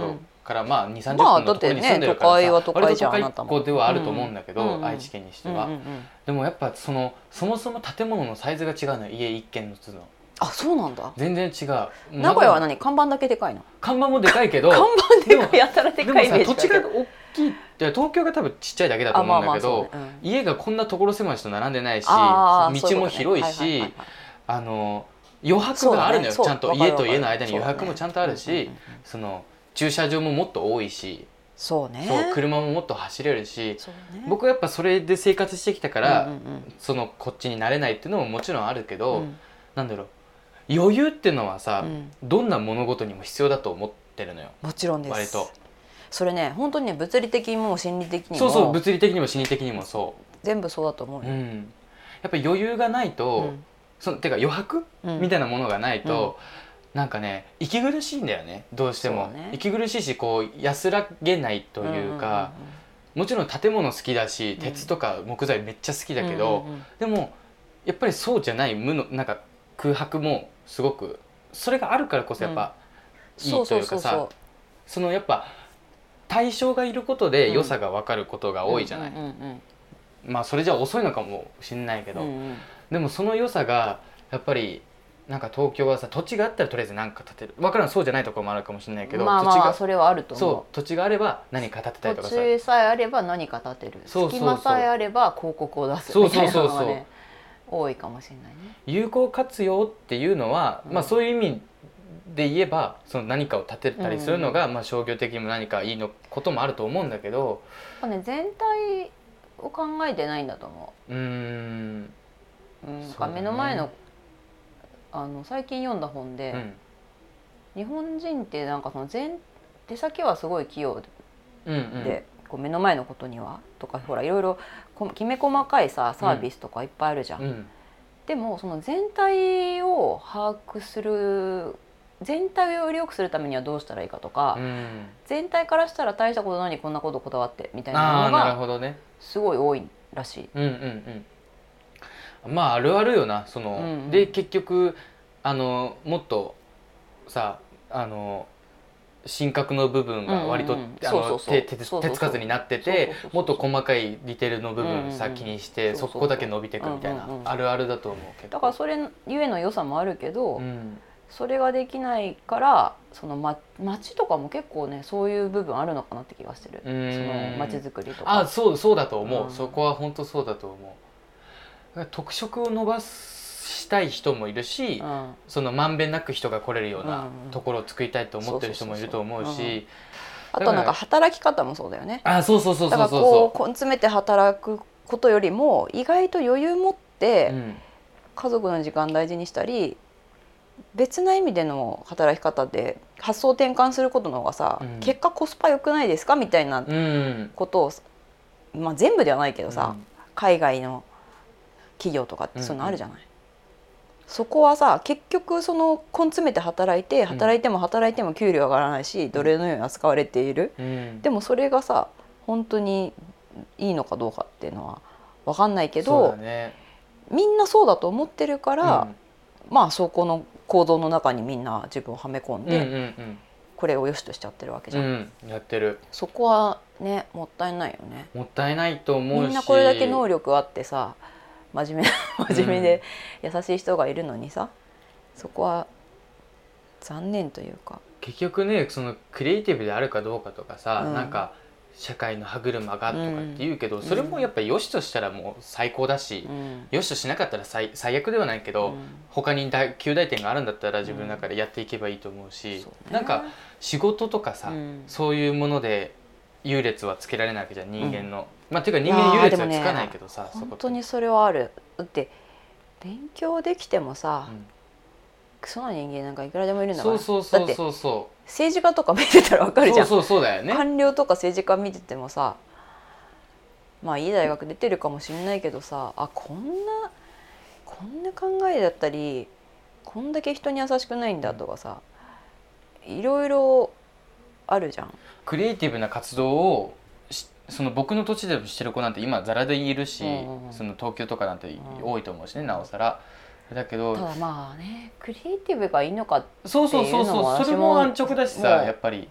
からまあにじゅう、さんじゅっぷんのところに住んでるからさ、 まあ、だってね、都会は都会じゃん、 割と都会っ子ではあると思うんだけど、 うんうん、 愛知県にしては、 うんうんうん、 でもやっぱそのそもそも建物のサイズが違うのよ、家一軒のつの。 あ、そうなんだ。 全然違う。 名古屋は何、看板だけでかいの？ 看板もでかいけど、 看板でかい、やたらでかいイメージ。 でもさ、土地が大きいって、東京が多分ちっちゃいだけだと思うんだけど、まあまあ、ね、うん、家がこんな所狭しと並んでないし、道も広いし、あの余白があるのよ、ね、ちゃんと家と家の間に余白もちゃんとあるし、その駐車場ももっと多いし、 そうね、 そう車ももっと走れるし、ね、僕はやっぱそれで生活してきたから、うんうんうん、そのこっちに慣れないっていうのももちろんあるけど、うん、なんだろう、余裕っていうのはさ、うん、どんな物事にも必要だと思ってるのよ。 もちろんです。 割とそれね、本当にね、物理的にも心理的にも、 そうそう、物理的にも心理的にもそう、 全部そうだと思うよ、うん、 やっぱり余裕がないと、うん、そのてか余白、うん、みたいなものがないと、うん、なんかね息苦しいんだよね、どうしても、ね、息苦しいし、こう安らげないというか、うんうんうんうん、もちろん建物好きだし、鉄とか木材めっちゃ好きだけど、うんうんうん、でもやっぱりそうじゃない無のなんか空白もすごく、それがあるからこそやっぱいいというかさ、そのやっぱ対象がいることで良さが分かることが多いじゃない、うんうんうんうん、まあそれじゃ遅いのかもしれないけど、うんうん、でもその良さがやっぱりなんか東京はさ、土地があったらとりあえず何か建てる、分からん、そうじゃないところもあるかもしれないけど、 まあまあ土地がそれはあると思う。 そう、土地があれば何か建てたりとかさ、 土地さえあれば何か建てる、そうそうそう、隙間さえあれば広告を出すみたいなのがね、多いかもしれないね。 有効活用っていうのは、うん、まあそういう意味で言えば、その何かを建てたりするのが、うん、まあ商業的にも何かいいのこともあると思うんだけど、 やっぱね、全体を考えてないんだと思う。うーん、うん、なんか目の前の、あの最近読んだ本で、うん、日本人ってなんかその全手先はすごい器用で、うんうん、こう目の前のことにはとか、ほらいろいろきめ細かいさサービスとかいっぱいあるじゃん、うん、でもその全体を把握する、全体をより良くするためにはどうしたらいいかとか、うん、全体からしたら大したことないこんなことこだわってみたいなのがすごい多いらしい。うんうんうん、まああるあるよな、その、うんうん、で結局あのもっとさ、あの神格の部分が割と手つかずになってて、もっと細かいディテールの部分さ、うんうん、気にしてそこだけ伸びていくみたいな、うんうんうん、あるあるだと思うけど、 だからそれゆえの良さもあるけど、うん、それができないからその、ま、街とかも結構ねそういう部分あるのかなって気がしてる。その街づくりとか、 あ、そうそうだと思う、うん、そこは本当そうだと思う。特色を伸ばしたい人もいるし、うん、そのまんべんなく人が来れるようなところを作りたいと思ってる人もいると思うし、 あとなんか働き方もそうだよね。 あ、そうそうそうそうそう、だからこう根詰めて働くことよりも意外と余裕持って家族の時間大事にしたり、別な意味での働き方で発想転換することの方がさ、うん、結果コスパ良くないですかみたいなことを、うん、まあ全部ではないけどさ、うん、海外の企業とかってそういうのあるじゃない、うんうん、そこはさ結局その根詰めて働いて働いても働いても給料上がらないし、奴隷のように扱われている、うん、でもそれがさ本当にいいのかどうかっていうのは分かんないけど、そうだね、みんなそうだと思ってるから、うん、まあそこの行動の中にみんな自分をはめ込んで、うんうんうん、これを良しとしちゃってるわけじゃん、 うん、やってる。 そこはねもったいないよね。 もったいないと思うし、 みんなこれだけ能力あってさ真面目真面目で優しい人がいるのにさ、うん、そこは残念というか、 結局ね、そのクリエイティブであるかどうかとかさ、うん、なんか社会の歯車がとかって言うけど、うん、それもやっぱり良しとしたらもう最高だし、うん、良しとしなかったら 最, 最悪ではないけど、うん、他に及第点があるんだったら自分の中でやっていけばいいと思うし、うん、なんか仕事とかさ、うん、そういうもので優劣はつけられないわけじゃん、人間の、うん、まあていうか人間に優劣はつかないけどさ、 ね、そこ本当にそれはある。だって勉強できてもさ、うん、クソな人間なんかいくらでもいるんだから。 そうそうそうそうそう。だって政治家とか見てたら分かるじゃん。 そうそうそうだよね。 官僚とか政治家見ててもさ、まあいい大学出てるかもしれないけどさ、あこんなこんな考えだったりこんだけ人に優しくないんだとかさ、いろいろあるじゃん。 クリエイティブな活動をその僕の土地でもしてる子なんて今ザラでいるし、うんうん、その東京とかなんて多いと思うしね、うん、なおさら。だけどただまあね、クリエイティブがいいのかっていうのもそうそうそうそう、それも安直だしさ、やっぱり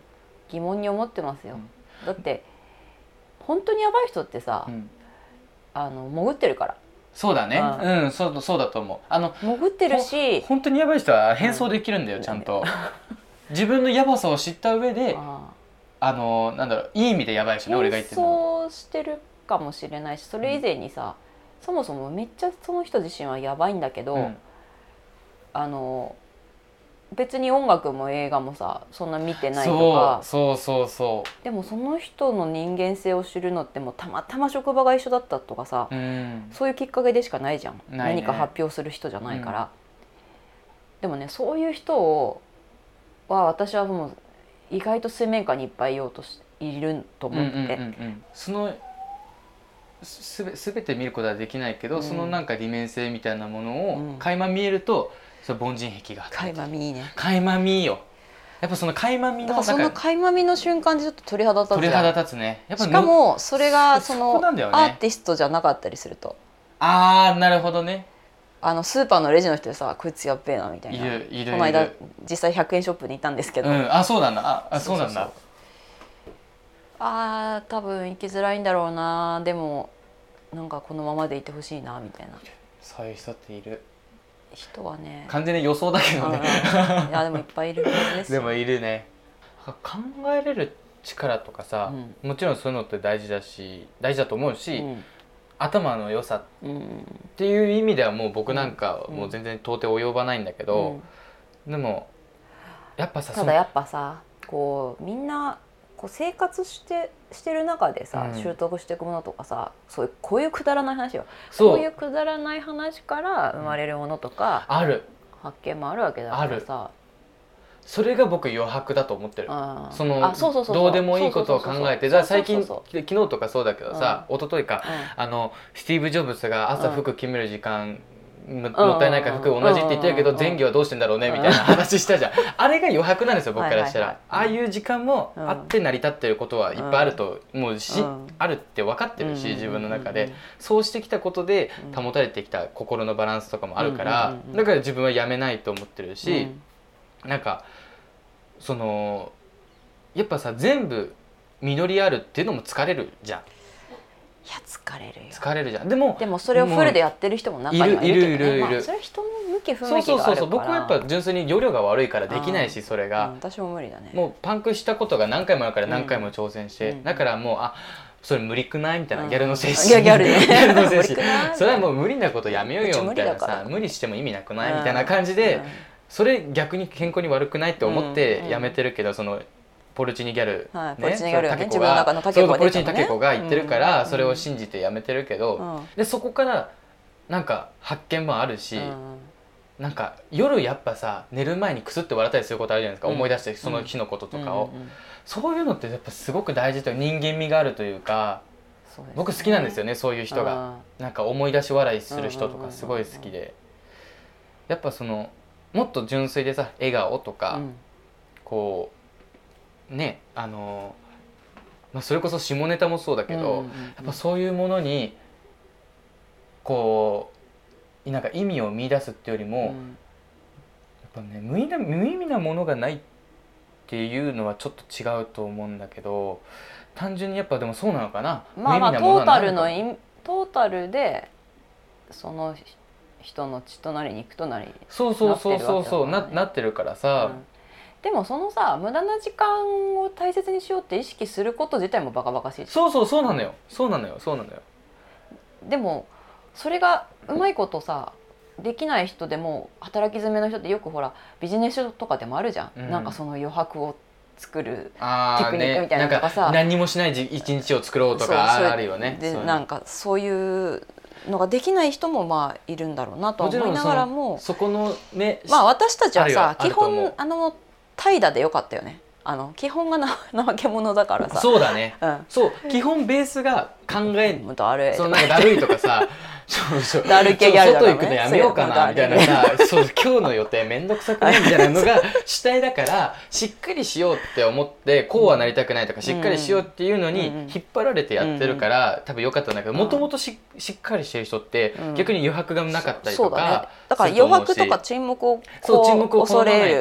疑問に思ってますよ、うん、だって本当にやばい人ってさ、うん、あの潜ってるから。 そうだね、うん、うん、そうそうだと思う。あの潜ってるし本当にやばい人は変装できるんだよ、うん、ちゃんと自分のやばさを知った上でああのなんだろう、いい意味でやばいしね、俺が言ってるの。 変装してるかもしれないし、それ以前にさ、うん、そもそもめっちゃその人自身はやばいんだけど、うん、あの別に音楽も映画もさそんな見てないとか、 そうそうそうそう、 でもその人の人間性を知るのってもうたまたま職場が一緒だったとかさ、うん、そういうきっかけでしかないじゃん、ね、何か発表する人じゃないから、うん、でもねそういう人をは私はもう意外と水面下にいっぱいいようとしていると思って、うんうんうんうん、 そのすべ全て見ることはできないけど、うん、そのなんか利面性みたいなものを垣間見えると、それ凡人癖が垣間見いいね、 垣間見よ、やっぱその垣間見のだからその垣間見の瞬間でちょっと鳥肌立つじゃん。 鳥肌立つね。やっぱしかもそれがそのアーティストじゃなかったりすると、 ああなるほどね。 あのスーパーのレジの人でさ、こいつやっべえなみたいな、いるいるいる、この間実際ひゃくえんショップにいたんですけど、 うん、あそうなんだ、あそうなんだ、 あー多分行きづらいんだろうな、でもなんかこのままでいてほしいなみたいな、 そういう人っている。 人はね完全に予想だけどね、 いやでもいっぱいいるですでもいるね。考えれる力とかさ、うん、もちろんそういうのって大事だし大事だと思うし、うん、頭の良さっていう意味ではもう僕なんかもう全然到底及ばないんだけど、うん、でもやっぱさ、 ただやっぱさこうみんなこう生活してしてる中でさ、うん、習得していくものとかさ、そういうこういうくだらない話よ、こういうくだらない話から生まれるものとか、 ある発見もあるわけだからさ、 それが僕余白だと思ってる。そのどうでもいいことを考えて、最近昨日とかそうだけどさ、一昨日か、うん、あのスティーブ・ジョブズが朝服決める時間、うん、もったいないから服同じって言ってるけど、前後はどうしてんだろうねみたいな話したじゃん。あれが余白なんですよ僕からしたら。はいはいはい、ああいう時間もあって成り立ってることはいっぱいあると、もうし、うん、あるって分かってるし、自分の中でそうしてきたことで保たれてきた心のバランスとかもあるから、だから自分はやめないと思ってるし、うん、なんかそのやっぱさ全部実りあるっていうのも疲れるじゃん。 いや疲れるよ。 疲れるじゃん。でもでもそれをフルでやってる人も中にはいるけどね。いるいるいるいる。まあ、それは人の向き不向きがあるから。そうそうそう。僕はやっぱ純粋に容量が悪いからできないし、それが、うん、 私も無理だね。 もうパンクしたことが何回もあるから何回も挑戦して、うん、だからもうあそれ無理くないみたいな、うん、ギャルの精神、 ギャルね、ギャルの精神それはもう無理なことやめようよみたいなさ、無理しても意味なくない、うん、みたいな感じで、うん、それ逆に健康に悪くないって思ってやめてるけど、うん、そのポルチニギャル、 はい、ポルチニギャルね、 自分の中のタケコが、ポルチニタケコが言ってるから、それを信じてやめてるけど、うん、でそこからなんか発見もあるし、うん、なんか夜やっぱさ寝る前にクスって笑ったりすることあるじゃないですか、うん、思い出してその日のこととかを、うんうんうん、そういうのってやっぱすごく大事という人間味があるというか、そうですね、僕好きなんですよね、そういう人が、なんか思い出し笑いする人とかすごい好きで、やっぱそのもっと純粋でさ笑顔とか、うん、こうね、あのまあ、それこそ下ネタもそうだけど、うんうんうん、やっぱそういうものにこうなんか意味を見出すっていうよりも、うん、やっぱね無意味な、無意味なものがないっていうのはちょっと違うと思うんだけど、単純にやっぱでもそうなのかな。 まあまあトータルのトータルでその人の血となり肉となりそうそうそうそうそう な, なってるからさ、うん、 でもそのさ無駄な時間を大切にしようって意識すること自体もバカバカしい。 そうそうそうなのよそうなのよそうなのよ。 でもそれがうまいことさできない人でも働き詰めの人ってよくほらビジネス書とかでもあるじゃん、うん、なんかその余白を作るテクニックみたいなのとかさ、 ね、何にもしない一日を作ろうとかあるよね。 でなんかそういうのができない人もまあいるんだろうなと思いながらも、 そこのねまあ私たちはさ基本あの怠惰でよかったよね。あの基本がな怠け者だからさ。 そうだね、うん、そう基本ベースが考えんだるいそのなんかだるいとかさそうそうだる系ギャルだからね、 外行くのやめようかなみたいなさそう今日の予定めんどくさくないみたいなのが主体だからしっかりしようって思ってこうはなりたくないとかしっかりしようっていうのに引っ張られてやってるから多分よかったんだけど、もともとしっかりしてる人って逆に余白がなかったりとか、 だから余白とか沈黙をこう恐れる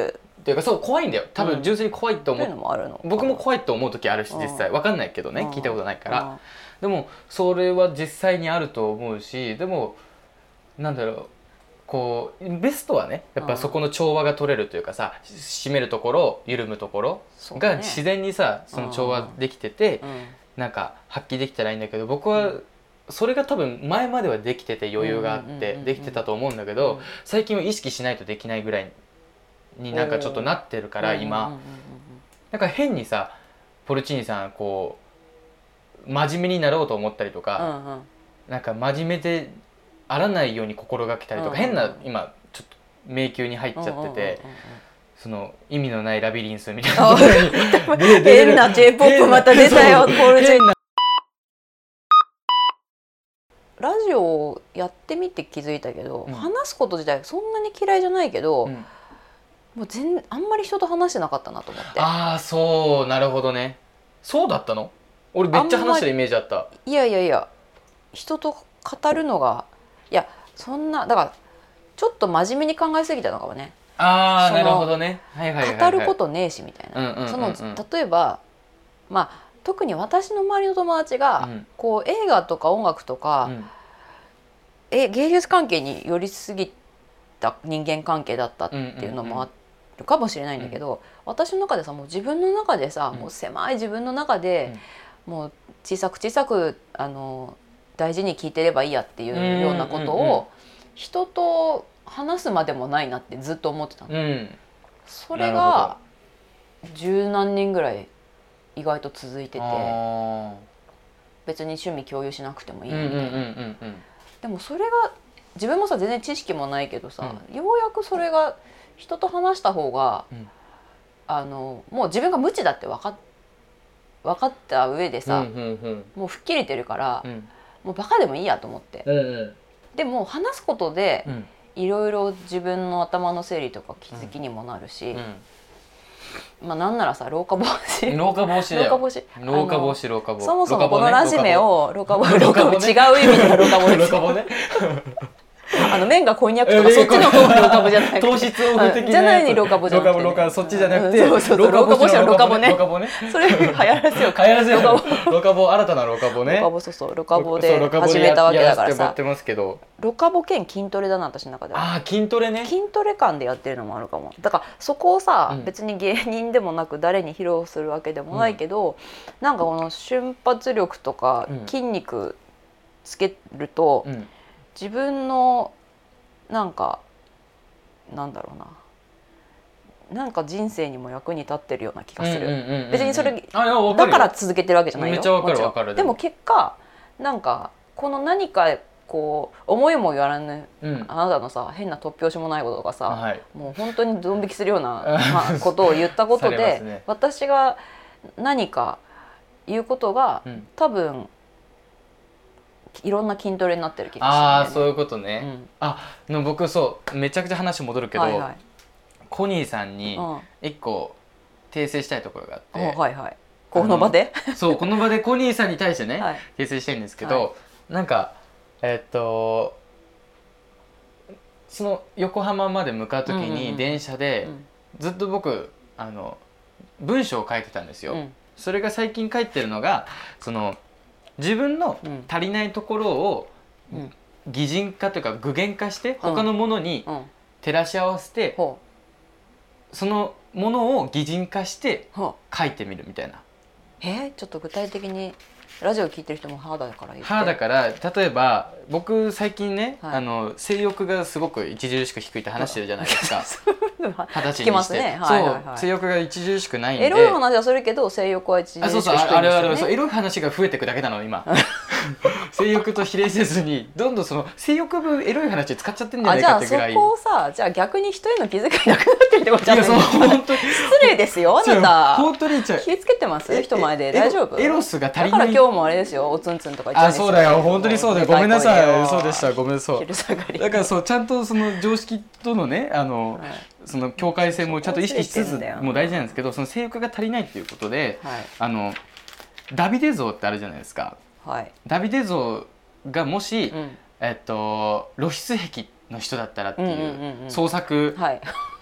っていうかそう怖いんだよ多分純粋に怖いと思う、 うん、もあるの僕も怖いと思う時あるし実際わかんないけどね聞いたことないからでもそれは実際にあると思うしでもなんだろうこうベストはねやっぱそこの調和が取れるというかさ締めるところ緩むところが自然にさその調和できててなんか発揮できたらいいんだけど僕はそれが多分前まではできてて余裕があってできてたと思うんだけど最近は意識しないとできないぐらいになんかちょっとなってるから今なんか変にさポルチーニさんこう真面目になろうと思ったりとかなんか真面目であらないように心がけたりとか変な今ちょっと迷宮に入っちゃっててその意味のないラビリンスみたいなところに変な J-ポップ また出たよポルチーニラジオをやってみて気づいたけど、うん、話すこと自体そんなに嫌いじゃないけど、うん、もう全あんまり人と話してなかったなと思って。 ああそうなるほどね。そうだったの？俺めっちゃ話してるイメージあった。 いやいやいや人と語るのがいやそんなだからちょっと真面目に考えすぎたのかもね。 ああなるほどね、はいはいはいはい、 語ることねえしみたいな、その例えばまあ特に私の周りの友達が、うん、こう映画とか音楽とか、うん、え芸術関係に寄りすぎた人間関係だったっていうのもあるかもしれないんだけど、うんうん、私の中でさもう自分の中でさ、うん、もう狭い自分の中で、うん、もう小さく小さくあの大事に聞いてればいいやっていうようなことを人と話すまでもないなってずっと思ってたの、うん、それが十何年ぐらい意外と続いてて別に趣味共有しなくてもいいみたいな。でもそれが自分もさ全然知識もないけどさ、うん、ようやくそれが人と話した方が、うん、あのもう自分が無知だって分かっ、分かった上でさ、うんうんうん、もう吹っ切れてるから、うん、もうバカでもいいやと思って、うんうん、でも話すことで、うんいろいろ自分の頭の整理とか気づきにもなるし、うんうん、まあなんならさ老化防止老化防止だよ老化防止老化防止老化防止そもそもこのラジメを老化防止老化防止違う意味での老化防止老化防止ねあの麺がこんにゃくとかそっちの方の老化防じゃなくて糖質オフ的なじゃないに老化防じゃなくて、ね、 老化そっちじゃなくて、 うん、そうそうそう老化防止は老化防ね老化防ねそれ流行らせよう流行らせよう老化防新たな老化防ね老化防そうそう老化防で始めたわけだからさ老化防兼筋トレだな私の中では。 ああ筋トレね筋トレ感でやってるのもあるかも。だからそこをさ、うん、別に芸人でもなく誰に披露するわけでもないけど、うん、なんかこの瞬発力とか筋肉つけると、うん、自分のなんかなんだろうななんか人生にも役に立ってるような気がする。別にそれだから続けてるわけじゃないよ。 めっちゃわかるわかる。 でも結果なんかこの何かこう思いもよらぬ、うん、あなたのさ変な突拍子もないこととかさ、はい、もう本当にドン引きするような、まあ、ことを言ったことで、ね、私が何か言うことが、うん、多分いろんな筋トレになってる気がするんだよね。 ああそういうことね、うん、あの僕そうめちゃくちゃ話戻るけど、はいはい、コニーさんに一個訂正したいところがあって、 うんはいはい、この場でそうこの場でコニーさんに対してね、はい、訂正したいんですけど、はい、なんかえっとその横浜まで向かう時に電車でずっと僕あの文章を書いてたんですよ、うん、それが最近書いてるのがその自分の足りないところを擬人化というか具現化して他のものに照らし合わせてそのものを擬人化して書いてみるみたいな。 えー、ちょっと具体的にラジオ聞いてる人もハードだから言って。 ハードだから例えば僕最近ね、はい、あの性欲がすごく著しく低いって話してるじゃないですか二十歳にして、ねはいはいはい、そう性欲が著しくないんでエロい話はするけど性欲は著しく低いんですよね。 あそうそうあれあれそうエロい話が増えていくだけなの今性欲と比例せずにどんどんその性欲分エロい話使っちゃってるんじゃないかってぐらい。 あじゃあそこをさじゃあ逆に人への気遣いなくなってるってことじゃないですか。本当に失礼ですよあなた。 本当に気をつけてます人前で大丈夫。 エロスが足りない。 だから今日もあれですよおつんつんとか言っちゃうんですよ。 あそうだよ本当にそうだよごめんなさいそうでしたごめんそうだからそうちゃんとその常識とのねあの、はい、その境界線もちゃんと意識しつつも大事なんですけどその性欲が足りないっていうことで、はい、あのダビデ像ってあるじゃないですか、はい、ダビデ像がもし、うんえっと、露出癖の人だったらっていう創作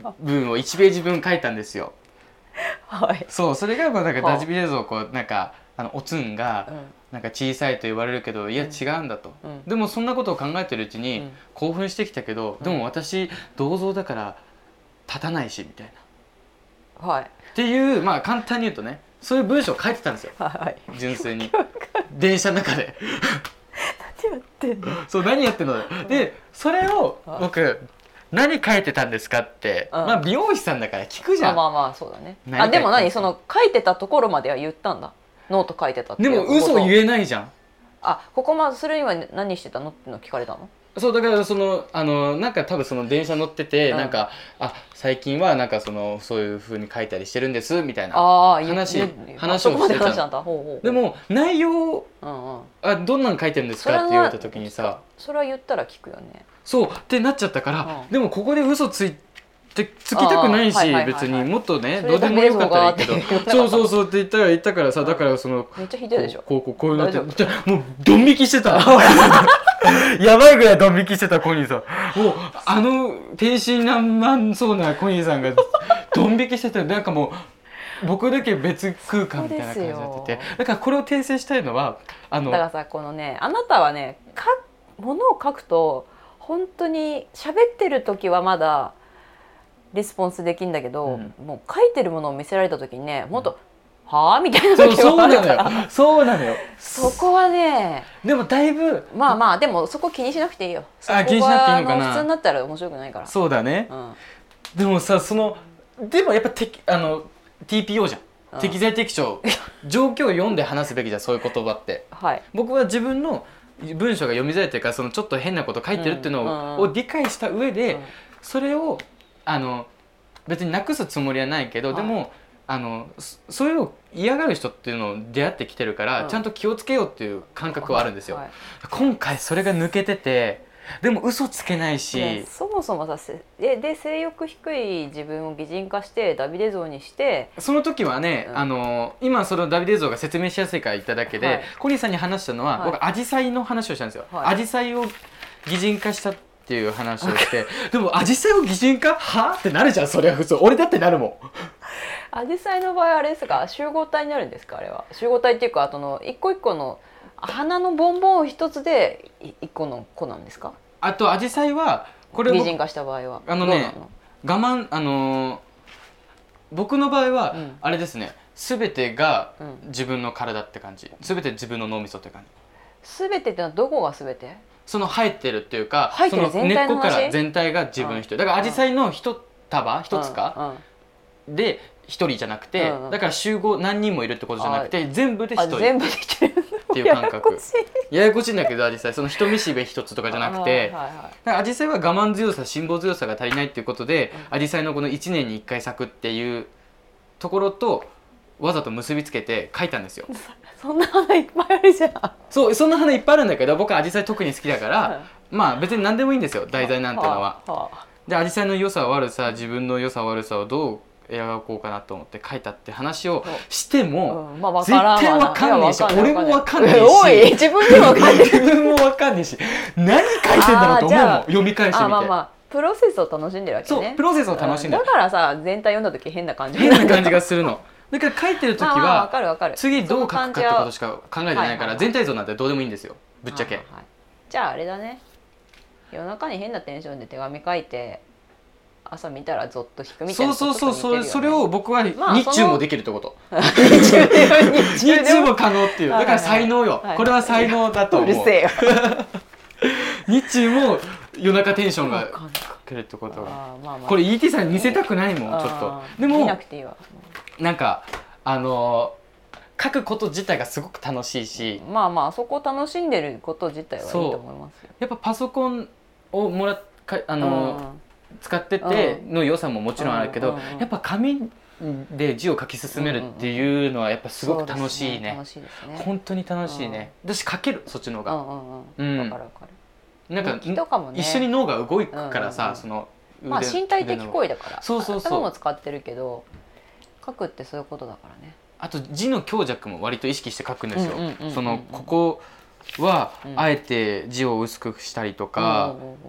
文をいちページ分書いたんですよ。 はい、 そうそれがまあなんかダビデ像をこうなんかあのおつんがなんか小さいと言われるけど、いや違うんだと、うん、でもそんなことを考えてるうちに興奮してきたけど、うん、でも私銅像だから立たないしみたいな、はい、っていうまあ簡単に言うとねそういう文章を書いてたんですよ、はい、純粋に電車の中で何やってんのそう何やってんのでそれを僕何書いてたんですかって、うん、まあ美容師さんだから聞くじゃん。 あまあまあそうだね。あでも何その書いてたところまでは言ったんだ。ノート書いてたっていう。 でも嘘言えないじゃん。 あここまでするには何してたのっての聞かれたの。 そうだからそのあのなんか多分その電車乗ってて、うん、なんかあ最近はなんかそのそういう風に書いたりしてるんですみたいな話話をしてた。でも内容、うんうん、あどんなん書いてるんですかって言われた時にさ、 それは言ったら聞くよね。 そうってなっちゃったから、うん、でもここで嘘ついてつきたくないし、別にもっとねどうでもよかったらいいけどそうそうそうって言ったら言ったからさ、だからそのめっちゃひどいでしょ。 こうこうこういうのってもうドン引きしてたやばいぐらいドン引きしてたコニーさん。もうあの天真爛漫そうなコニーさんがドン引きしてて、なんかもう僕だけ別空間みたいな感じになってて、だからこれを訂正したいのはあのだからさこのねあなたはねかものを書くと本当に喋ってる時はまだレスポンスできるんだけど、うん、もう書いてるものを見せられた時にねもっと、うんはあみたいな時はあるからそうなのよそこはねでもだいぶまあまあでもそこ気にしなくていいよ。 あ気にしなくていいのかな。 普通になったら面白くないから。 そうだね、うん、でもさそのでもやっぱてあの ティーピーオー じゃん、うん、適材適所状況を読んで話すべきじゃんそういう言葉って、はい、僕は自分の文章が読みづらいというかそのちょっと変なこと書いてるっていうのを、うんうん、を理解した上で、うん、それをあの別になくすつもりはないけど、はい、でもあのそういうのを嫌がる人っていうのを出会ってきてるから、うん、ちゃんと気をつけようっていう感覚はあるんですよ、はいはい、今回それが抜けててでも嘘つけないし、 そもそもさでで性欲低い自分を擬人化してダビデ像にしてその時はね、うん、あの今そのダビデ像が説明しやすいから言っただけで、はい、コニーさんに話したのは、はい、僕アジサイの話をしたんですよ、はい、アジサイを擬人化したっていう話をしてでもアジサイを擬人化はってなるじゃんそれは普通。俺だってなるもん。 アジサイの場合あれですか集合体になるんですか。あれは集合体っていうかあとの一個一個の花のボンボン一つで一個の子なんですか。 あとアジサイはこれ擬人化した場合はあのね我慢あのー、僕の場合は、うん、あれですね全てが自分の体って感じ、全て自分の脳みそって感じ。 全てってのはどこが全て。 その生えてるっていうかその根っこから全体が自分一人だからアジサイの一束一つか、うん、で一人じゃなくて、うん、だから集合何人もいるってことじゃなくて全部で一人全部で一人っていう感覚。ややこしいんだけどアジサイその人見知り一つとかじゃなくて、アジサイは我慢強さ辛抱強さが足りないっていうことで、アジサイのこのいちねんにいっかい咲くっていうところとわざと結びつけて書いたんですよ。 そんな花いっぱいあるじゃん。 そうそんな花いっぱいあるんだけど僕はアジサイ特に好きだから、うん、まあ別に何でもいいんですよ題材なんてのは。はあはあ、でアジサイの良さ悪さ自分の良さ悪さをどう描こうかなと思って書いたって話をしても、うんまあ、絶対わかんねえし俺もわかんねえしおい自分でもわかんねえ自分もわかんねえし何書いてんだろうと思うもん読み返してみて。 まあまあプロセスを楽しんでるわけね。 そうプロセスを楽しんでる、 だからさ全体読んだ時変な感じ変な感じがするの。だから書いてる時は、まあまあ、 かるかる次どう書くかってことしか考えてないから、全体像なんてどうでもいいんですよぶっちゃけ、はいはいはい、 じゃああれだね夜中に変なテンションで手紙書いて朝見たらゾッと引くみたいな、 そうそうそう、ね、それを僕は日中もできるってこと、まあ、 日中日中も可能っていうだから才能よ、はいはい、これは才能だと思う。うるせえよ日中も夜中テンションが来るってことが、まあまあ、これ イーティー さんに見せたくないもんちょっと。でも見なくていいわ。 なんかあの書くこと自体がすごく楽しいし、 まあまあそこを楽しんでること自体はいいと思いますよ。 やっぱパソコンをもらかあの、うん、使ってての良さももちろんあるけど、うんうんうん、やっぱ紙で字を書き進めるっていうのはやっぱすごく楽しいね。 楽しいですね。 本当に楽しいね。うん、私書けるそっちの方が。 うんうんうん。わかるわかる。 なんかかも、ね、一緒に脳が動くからさ、うんうん、そのまあ身体的行為だから。 そうそうそう。 頭も使ってるけど。書くってそういうことだからね。 あと字の強弱も割と意識して書くんですよ。そのここはあえて字を薄くしたりとか、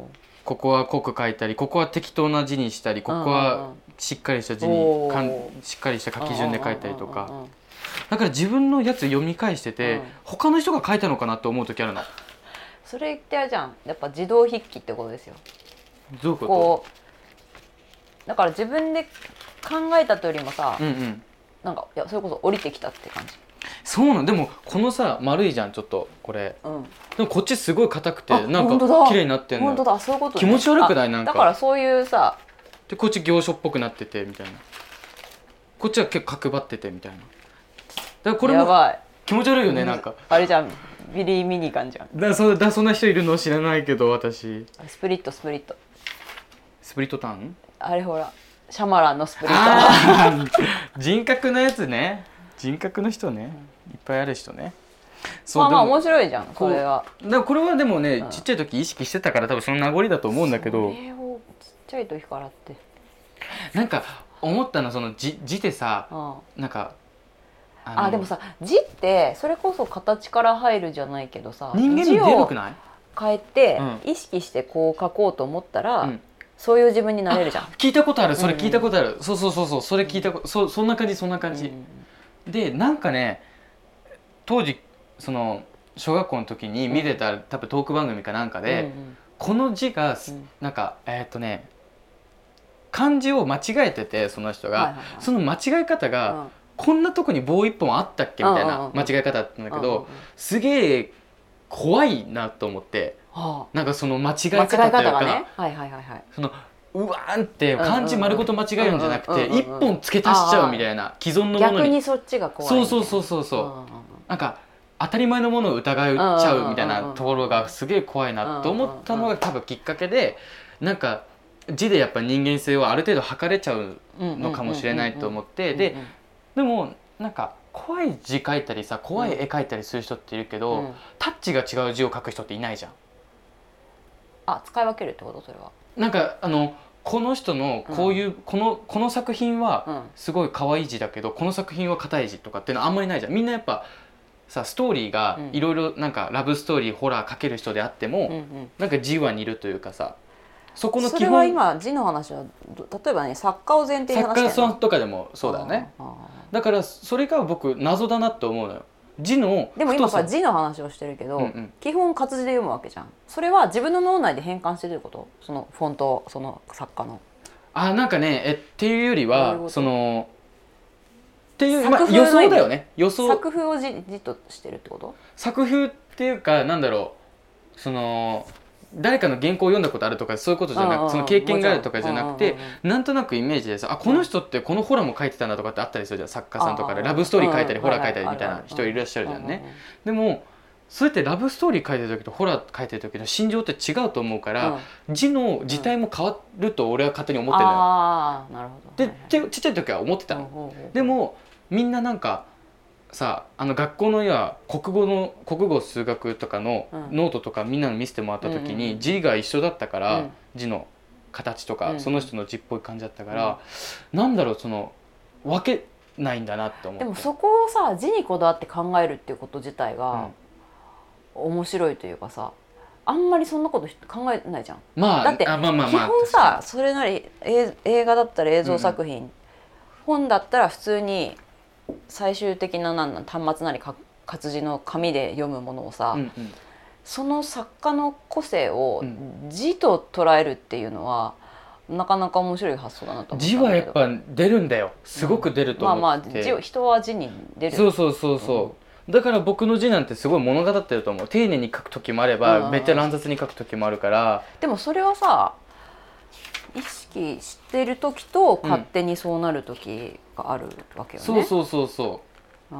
ここは濃く書いたりここは適当な字にしたりここはしっかりした字にかんしっかりした書き順で書いたりとか、だから自分のやつ読み返してて、うん、他の人が書いたのかなと思う時あるの。 それってあれじゃん、やっぱ自動筆記ってことですよ。 どういうこと？ こうだから自分で考えたとよりもさ、うんうん、なんかいやそれこそ降りてきたって感じ。 そうなんでもこのさ丸いじゃんちょっとこれ、うん、でもこっちすごい硬くてなんか綺麗になってんの。 本当だ、そういうことね。 気持ち悪くない？なんかだからそういうさでこっち行書っぽくなっててみたいな、こっちは結構角張っててみたいな。だからこれも気持ち悪いよね。なんかあれじゃん、ビリー・ミニガンじゃん。 だ そ, だそんな人いるの知らないけど私。 スプリットスプリットスプリットターン、 あれほらシャマランのスプリットターン人格のやつね、人格の人ね、うん、いっぱいある人ね。 そうまあまあ面白いじゃんこれは。 だこれはでもね、うん、ちっちゃい時意識してたから多分その名残だと思うんだけど、 それをちっちゃい時からってなんか思ったの、その字字でさ、うん、なんかあ, あでもさ字ってそれこそ形から入るじゃないけどさ、 人間に出るくない？ 変えて、うん、意識してこう書こうと思ったら、うん、そういう自分になれるじゃん。 聞いたことある、それ聞いたことある、うんうん、そうそうそうそう、それ聞いたこと、そ, そんな感じそんな感じ、うんうん、でなんかね当時その小学校の時に見てた、うん、多分トーク番組かなんかで、うんうん、この字がなんかえー、っとね漢字を間違えててその人が、はいはいはい、その間違え方が、うん、こんなとこに棒一本あったっけみたいな間違え方だったんだけど、すげえ怖いなと思って、はあ、なんかその間違え方というか、そのうわーんって漢字丸ごと間違えるんじゃなくて一本付け足しちゃうみたいな、既存のものに逆にそっちが怖い。 そうそうそうそうそう、なんか当たり前のものを疑っちゃうみたいなところがすげえ怖いなと思ったのが多分きっかけで、なんか字でやっぱ人間性をある程度測れちゃうのかもしれないと思って、ででもなんか怖い字描いたりさ怖い絵描いたりする人っているけど、うん、タッチが違う字を描く人っていないじゃん。 あ、使い分けるってこと？それはなんかあのこの人のこういう、うん、このこの作品はすごい可愛い字だけど、この作品は硬い字とかっていうのはあんまりないじゃん。みんなやっぱさストーリーがいろいろなんかラブストーリーホラー描ける人であっても、うんうん、なんか字は似るというかさ、そこの基本。 それは今字の話は例えばね作家を前提に話してるの？ 作家さんとかでもそうだよね。だからそれが僕謎だなって思うのよ。字のでも今さ字の話をしてるけど、うんうん、基本活字で読むわけじゃん。それは自分の脳内で変換してるってこと？そのフォントその作家の。 あ、なんかねえっていうよりはそのっていう、まあ、予想だよね。予想。 作風を 字, 字としてるってこと？ 作風っていうかなんだろう、その誰かの原稿を読んだことあるとかそういうことじゃなくて、その経験があるとかじゃなくて、なんとなくイメージでさ、あこの人ってこのホラーも書いてたんだとかってあったりするじゃん。作家さんとかでラブストーリー書いたりホラー書いたりみたいな人いらっしゃるじゃんね。でもそれってラブストーリー書いてる時とホラー書いてる時の心情って違うと思うから、字の字体も変わると俺は勝手に思ってるのよ。 ああ、なるほど。 でちっちゃい時は思ってたの。でもみんななんかさあの学校のや国語の国語数学とかのノートとかみんなの見せてもらった時に字が一緒だったから、うん、字の形とか、うん、その人の字っぽい感じだったから、うん、なんだろうその分けないんだなって思って。 でもそこをさ字にこだわって考えるっていうこと自体が面白いというかさ、あんまりそんなこと考えないじゃん。 まあ、 だってあ、まあまあまあ、 基本さそれなり映画だったら映像作品、うん、本だったら普通に最終的ななんなん端末なり活字の紙で読むものをさ、うんうん、その作家の個性を字と捉えるっていうのは、うん、なかなか面白い発想だなと思ったんだけど。 字はやっぱ出るんだよ。すごく出ると思って、うん、まあまあ人は字に出る。 そうそうそうそう、うん、だから僕の字なんてすごい物語ってると思う。丁寧に書く時もあれば、うん、めっちゃ乱雑に書く時もあるから。 でもそれはさ意識してる時と勝手にそうなる時があるわけよね、 うん、そうそうそうそう。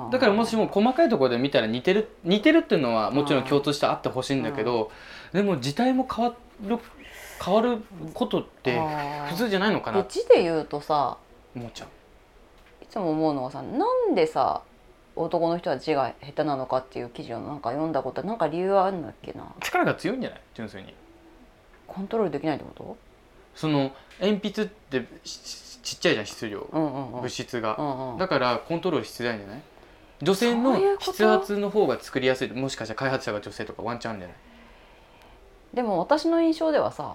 だからもしも細かいところで見たら似てる似てるっていうのはもちろん共通してあってほしいんだけど、でも字体も変わる変わることって普通じゃないのかなって字で言うとさ思っちゃう。 いつも思うのはさ、なんでさ男の人は字が下手なのかっていう記事をなんか読んだことなんか理由はあるんだっけな。 力が強いんじゃない？純粋にコントロールできないってこと？ その鉛筆ってちっちゃいじゃん質量、うんうんうん、物質が、うんうん、だからコントロールしづらいんじゃない？女性の筆圧の方が作りやすい。もしかしたら開発者が女性とかワンチャンあるんじゃない？ でも私の印象ではさ、うん、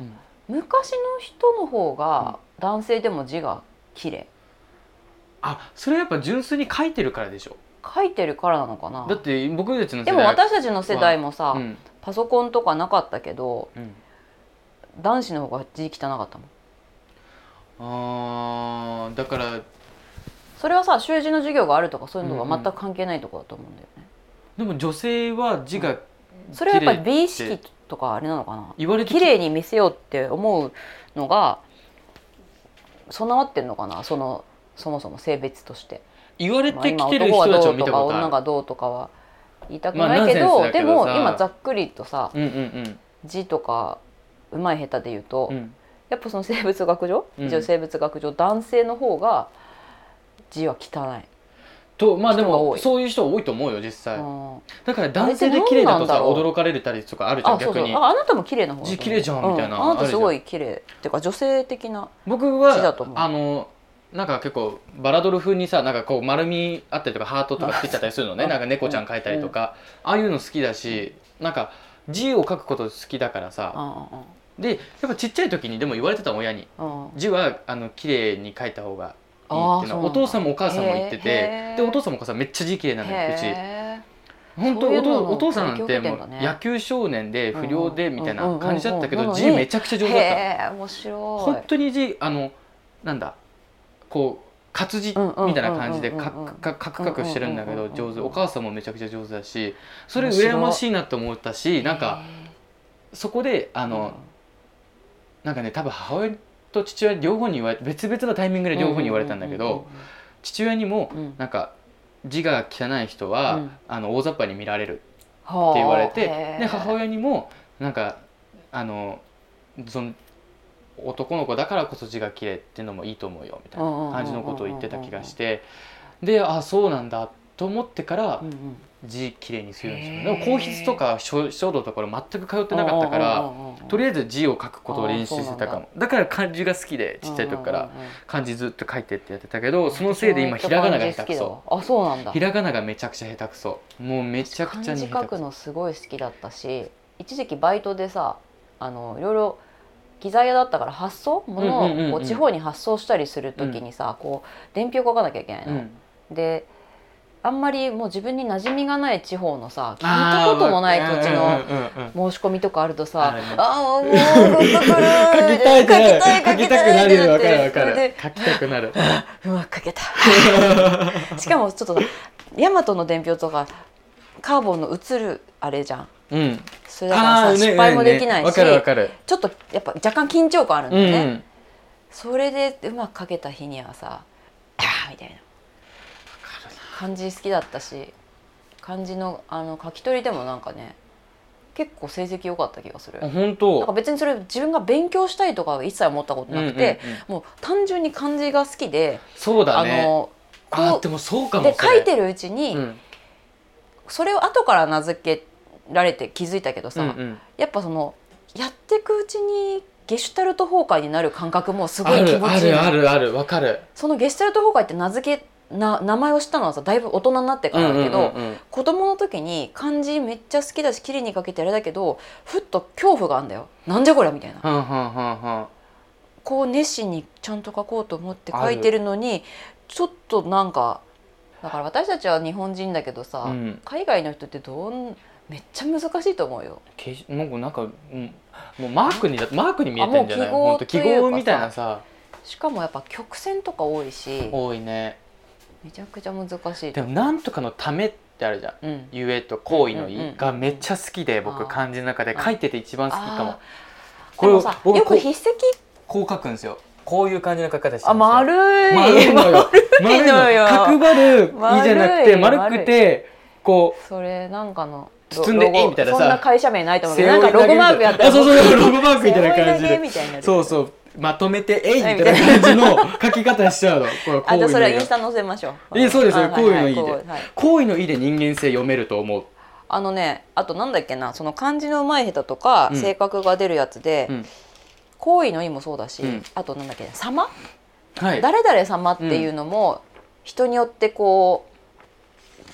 昔の人の方が男性でも字が綺麗。 あ、それはやっぱ純粋に書いてるからでしょ。 書いてるからなのかな。 だって僕たちの世代でも私たちの世代もさ、 うん、 パソコンとかなかったけど、 うん、 男子の方が字汚かったもん。あー、だからそれはさ、習字の授業があるとかそういうのが全く関係ないところだと思うんだよね、 うんうん、でも女性は字が、うん、 それはやっぱり美意識とかあれなのかな。 言われて綺麗に見せようって思うのが備わってんのかな、そのそもそも性別として。 言われてきてる人たちを見たことある。 まあ、今男がどうとか女がどうとかは言いたくないけど、まあ、でも今ざっくりとさ、 うんうんうん、 字とかうまい下手で言うと、うん、やっぱその生物学上、 うん、 一応生物学上男性の方が字は汚いと、まあでもそういう人多いと思うよ実際、うん、だから男性で綺麗だとさ驚かれたりとかあるじゃん。逆にあ, そうそう あ, あなたも綺麗な方だ字綺麗じゃんみたいな、 うん、あなたすごい綺麗っていうか女性的な字だと思う。 僕はあのなんか結構バラドル風にさ、なんかこう丸みあったりとかハートとかつけちゃったりするのねなんか猫ちゃん描いたりとか、うん、ああいうの好きだし、なんか字を書くこと好きだからさ、うん、でやっぱちっちゃい時にでも言われてた親に、うん、字はあの綺麗に書いた方がいいっていうのはお父さんもお母さんも言ってて、でお父さんもお母さんめっちゃ字綺麗なのようち。本当 お, お父さんなんてもう野球少年で不良でみたいな感じだったけど字めちゃくちゃ上手だった。 面白い。 本当に字あのなんだこう活字みたいな感じでカクカクカクしてるんだけど上手。お母さんもめちゃくちゃ上手だし、それ羨ましいなって思ったし、なんかそこであのなんかね多分母親と父親両方に言われて別々のタイミングで両方に言われたんだけど、父親にもなんか字が汚い人は、うん、あの大雑把に見られるって言われて、で母親にもなんかあのその男の子だからこそ字が綺麗っていうのもいいと思うよみたいな感じのことを言ってた気がして、であそうなんだと思ってから字綺麗にするんですよ。でも硬筆とか書道とか全く通ってなかったからとりあえず字を書くことを練習してたかも。だから漢字が好きでちっちゃい時から漢字ずっと書いてってやってたけど、そのせいで今ひらがなが下手くそ。 あ、そうなんだ。 ひらがながめちゃくちゃ下手くそ。もうめちゃくちゃに下手くそ。 漢字書くのすごい好きだったし、一時期バイトでさ、あのいろいろ機材屋だったから発送ものを地方に発送したりする時にさ、こう伝票書かなきゃいけないの、うん、であんまりもう自分に馴染みがない地方のさ、聞いたこともない土地の申し込みとかあるとさ、ああもうグッとくる書きたいね、書きたくなるよ。分かる分かる、書きたくなる。 うまく書けたしかもちょっとヤマトの伝票とかカーボンの映るあれじゃん、うん、それだからさ、ね、失敗もできないし、ね、分かる分かる、ちょっとやっぱ若干緊張感あるんだよね、うん、それでうまく書けた日にはさあーみたいな漢字好きだったし、漢字 の, あの書き取りでもなんかね結構成績良かった気がする。 本当なんか別にそれ自分が勉強したいとかは一切思ったことなくて、うんうんうん、もう単純に漢字が好きで、 そうだね、 あのあでもそうかもで書いてるうちに、うん、それを後から名付けられて気づいたけどさ、うんうん、やっぱそのやっていくうちにゲシュタルト崩壊になる感覚もすごい気持ちいい。 あるあるある、わかる。 そのゲシュタルト崩壊って名付けな名前を知ったのはさだいぶ大人になってからだけど、うんうんうんうん、子供の時に漢字めっちゃ好きだし綺麗に書けてあれだけど、ふっと恐怖があるんだよ。なんじゃこりゃみたいな、はんはんはんはん、こう熱心にちゃんと書こうと思って書いてるのにちょっとなんか、だから私たちは日本人だけどさ、うん、海外の人ってどうめっちゃ難しいと思うよ。 もうなんか、うん、もうマークにマークに見えてんじゃない？もう記号というかさ、記号みたいなさ、 しかもやっぱ曲線とか多いし、 多いね。 めちゃくちゃ難しい。 でもなんとかのためってあるじゃん、うん、ゆえと行為の意がめっちゃ好きで、僕漢字の中で書いてて一番好きかも。 これでもさ、よく筆跡こう書くんですよ。こういう感じの書き方してるんですよ。 あ、丸い丸いのよ丸いのよ、角張るいいじゃなくて丸くてこう、 それなんかの包んでえみたいなさ、 そんな会社名ないと思うけど、なんかロゴマークやったら、 あ、そうそうロゴマークみたいな感じで、そうそうまとめてえいみたいな感じの書き方しちゃうの。 あ、じゃあそれはインスタ載せましょう。 え、そうですよ。行為のいいで、行為のいいで人間性読めると思う。 あのね、あとなんだっけな、その漢字の上手い下手とか、うん、性格が出るやつで、うん、行為のいいもそうだし、うん、あとなんだっけな、様、はい、誰々様っていうのも、うん、人によってこう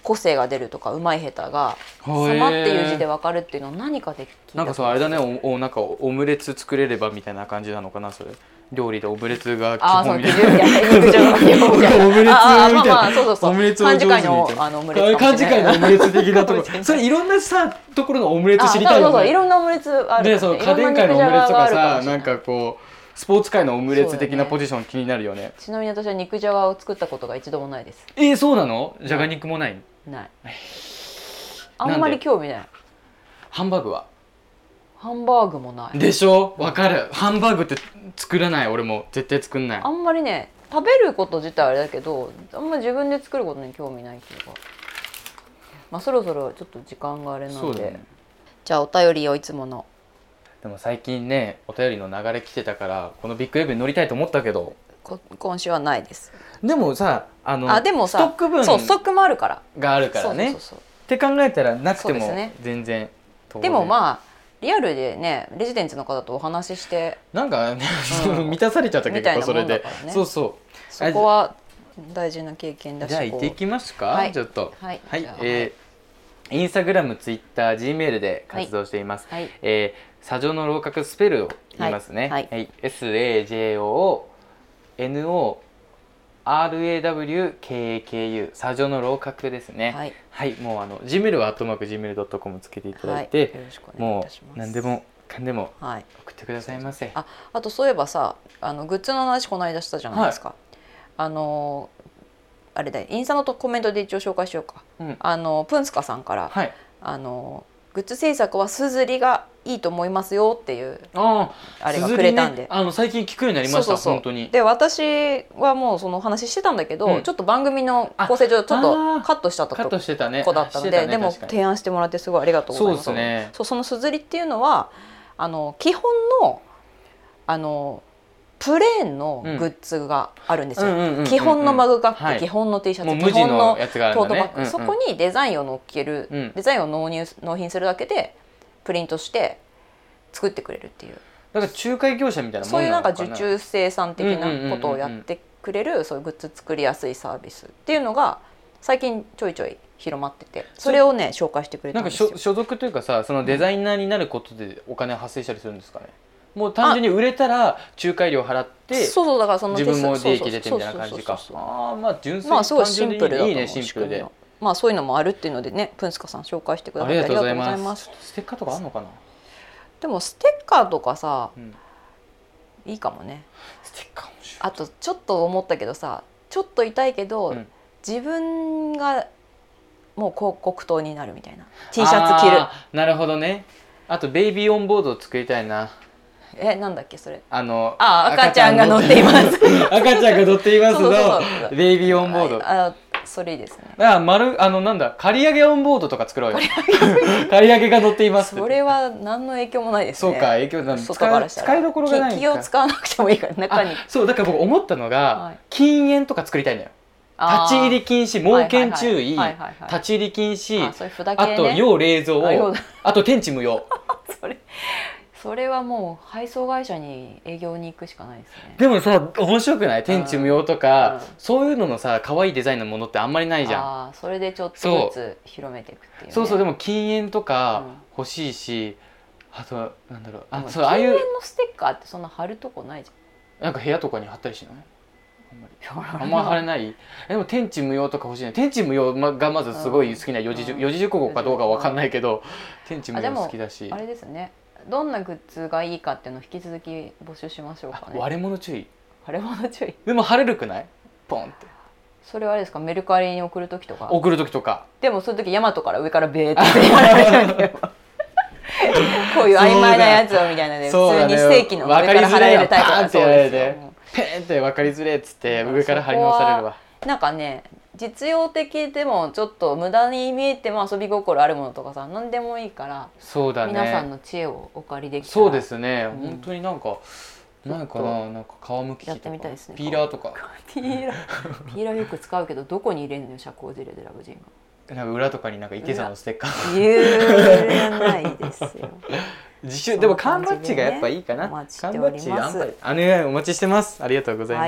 個性が出るとかうまい下手が「様」っていう字で分かるっていうのは何かで聞いた。 なんかそうあれだね、おおなんかオムレツ作れればみたいな感じなのかなそれ。料理でオムレツが基本みたいな。オムレツみたいな。 ああまあまあそうそうそう。漢字界のあのオムレツ。 漢字界のオムレツ的なところ。それいろんなさところのオムレツ知りたいよね。 そうそういろんなオムレツある。 でそう家電界のオムレツとかさなんかこうスポーツ界のオムレツ的なポジション気になるよね。 ちなみに私は肉じゃがを作ったことが一度もないです。 えー、そうなの？じゃが肉もない？ ない。あんまり興味ない。 ハンバーグは？ ハンバーグもない。 でしょ？わかる。ハンバーグって作らない。俺も絶対作んない。 あんまりね食べること自体あれだけどあんまり自分で作ることに興味ないっていうか、まあそろそろちょっと時間があれなので、ね、じゃあお便りをいつもの。 でも最近ねお便りの流れ来てたからこのビッグウェブに乗りたいと思ったけど今週はないです。 でもさあのあでもさストック分そうストックもあるからがあるからねって考えたらなくても全然。 でもまあリアルでねレジデンツの方とお話ししてなんか、ねうん、満たされちゃった結構それで、ね、そうそうそこは大事な経験だし。 じゃあ行っていきますか、はい、ちょっとはい、 はい、えー、インスタグラム、ツイッター、G メールで活動しています。はい、えー、サジョの楼閣スペルを言いますね。はい、はい、エスエージェーオーエヌオーアールエーダブリューケーエーケーユー サジョの楼閣ですね。はい、はい、もうあの G メールはアットマーク ジーメールドットコム つけていただいて、はい、よろしくお願いいたします。もう何でもかんでも送ってくださいませ。はい、 あ、あとそういえばさあのグッズの話この間したじゃないですか。はい、あのあれだインスタのコメントで一応紹介しようか。うん、あのプンスカさんから、はい、あのグッズ制作はすずりがいいと思いますよっていうあれがくれたんで、ね、 あの最近聞くようになりました。そうそうそう本当に。 で私はもうその話してたんだけど、うん、ちょっと番組の構成上ちょっとカットしちゃった子だったので、ね、でも提案してもらってすごいありがとうございます。 そうですね。 そうそのすずりっていうのはあの基本のあのプレーンのグッズがあるんですよ。基本のマグカップ、はい、基本の T シャツ、基本のトートバッグ、ね、そこにデザインを乗っける、うん、デザインを納入納品するだけでプリントして作ってくれるっていう。 だから仲介業者みたいなもんなのかな。 そういうなんか受注生産的なことをやってくれるそういうグッズ作りやすいサービスっていうのが最近ちょいちょい広まってて、それをね紹介してくれたんですよ。 なんか所属というかさ、そのデザイナーになることでお金発生したりするんですかね。もう単純に売れたら仲介料払ってそうそうだからその自分も利益出てみたいな感じか。ああまあ純粋に単純にいいねシンプルで。 まあそういうのもあるっていうのでねプンスカさん紹介してくださってありがとうございます。 ステッカーとかあんのかな。 でもステッカーとかさ、うん、いいかもね。 ステッカー面白い。 あとちょっと思ったけどさちょっと痛いけど、うん、自分がもう広告塔になるみたいな T シャツ着る。 なるほどね。あとベイビーオンボードを作りたいな。 え、なんだっけそれ。 あのあ赤ちゃんが乗っています。 赤ちゃんが乗っていますのベイビーオンボード。 あそれいいですね。 あ丸あのなんだ借り上げオンボードとか作ろうよ。借り上げが乗っています。 それは何の影響もないですね。 そうか影響なん使い使いどころがない。 気を使わなくてもいいから中に。 そうだから僕思ったのが禁煙とか作りたいんだよ。立ち入り禁止、猛犬注意、立ち入り禁止、あと要冷蔵、あと天地無用。 それそれはもう配送会社に営業に行くしかないですね。 でもさ面白くない？天地無用とか、うん、そういうののさ可愛いデザインのものってあんまりないじゃん。 あそれでちょっとずつ広めていくっていう、ね、 そうそうでも禁煙とか欲しいし、うん、あとなんだろうあそうああいう禁煙のステッカーってそんな貼るとこないじゃん。なんか部屋とかに貼ったりしない？あんまりあんま貼れない。でも天地無用とか欲しいね。天地無用がまずすごい好きな四字四字熟語かどうかわかんないけど、天地無用好きだし。 あれですね。どんなグッズがいいかっていうのを引き続き募集しましょうかね。 割れ物注意。 割れ物注意。 でも貼れるくない？ポンって。 それはあれですかメルカリに送る時とか。 送る時とか。 でもその時ヤマトから上からベーって言われる。こういう曖昧なやつをみたいなね。普通に正規の上から貼られるタイプだそうですよ。 ペンって分かりづれっつって上から貼り直されるわ。 なんかね実用的でもちょっと無駄に見えても遊び心あるものとかさ何でもいいからそうだね皆さんの知恵をお借りできたらそうですね、うん、本当になんか何かななんか皮むき器とかやってみたいですね。ピーラーとかピーラーピーラーよく使うけどどこに入れんのよ社交辞令でラブジンがなんか裏とかになんか池さんのステッカー言わないですよ自習でも缶バッジがやっぱいいかな。缶バッジあんぱりあねお待ちしてます。ありがとうございます、はい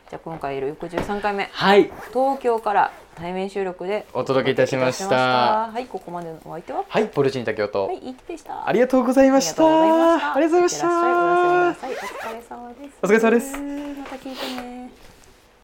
じゃあ今回ろくじゅうさんかいめ、 はい、 東京から対面収録でお届けいたしました。 はい、ここまでのお相手は、 はい、ポルチーニ竹雄と、 はい、イッテでした。 ありがとうございました。ありがとうございました。 いってらっしゃい、おやすみなさい。お疲れ様です。 お疲れ様です。 また聞いてね。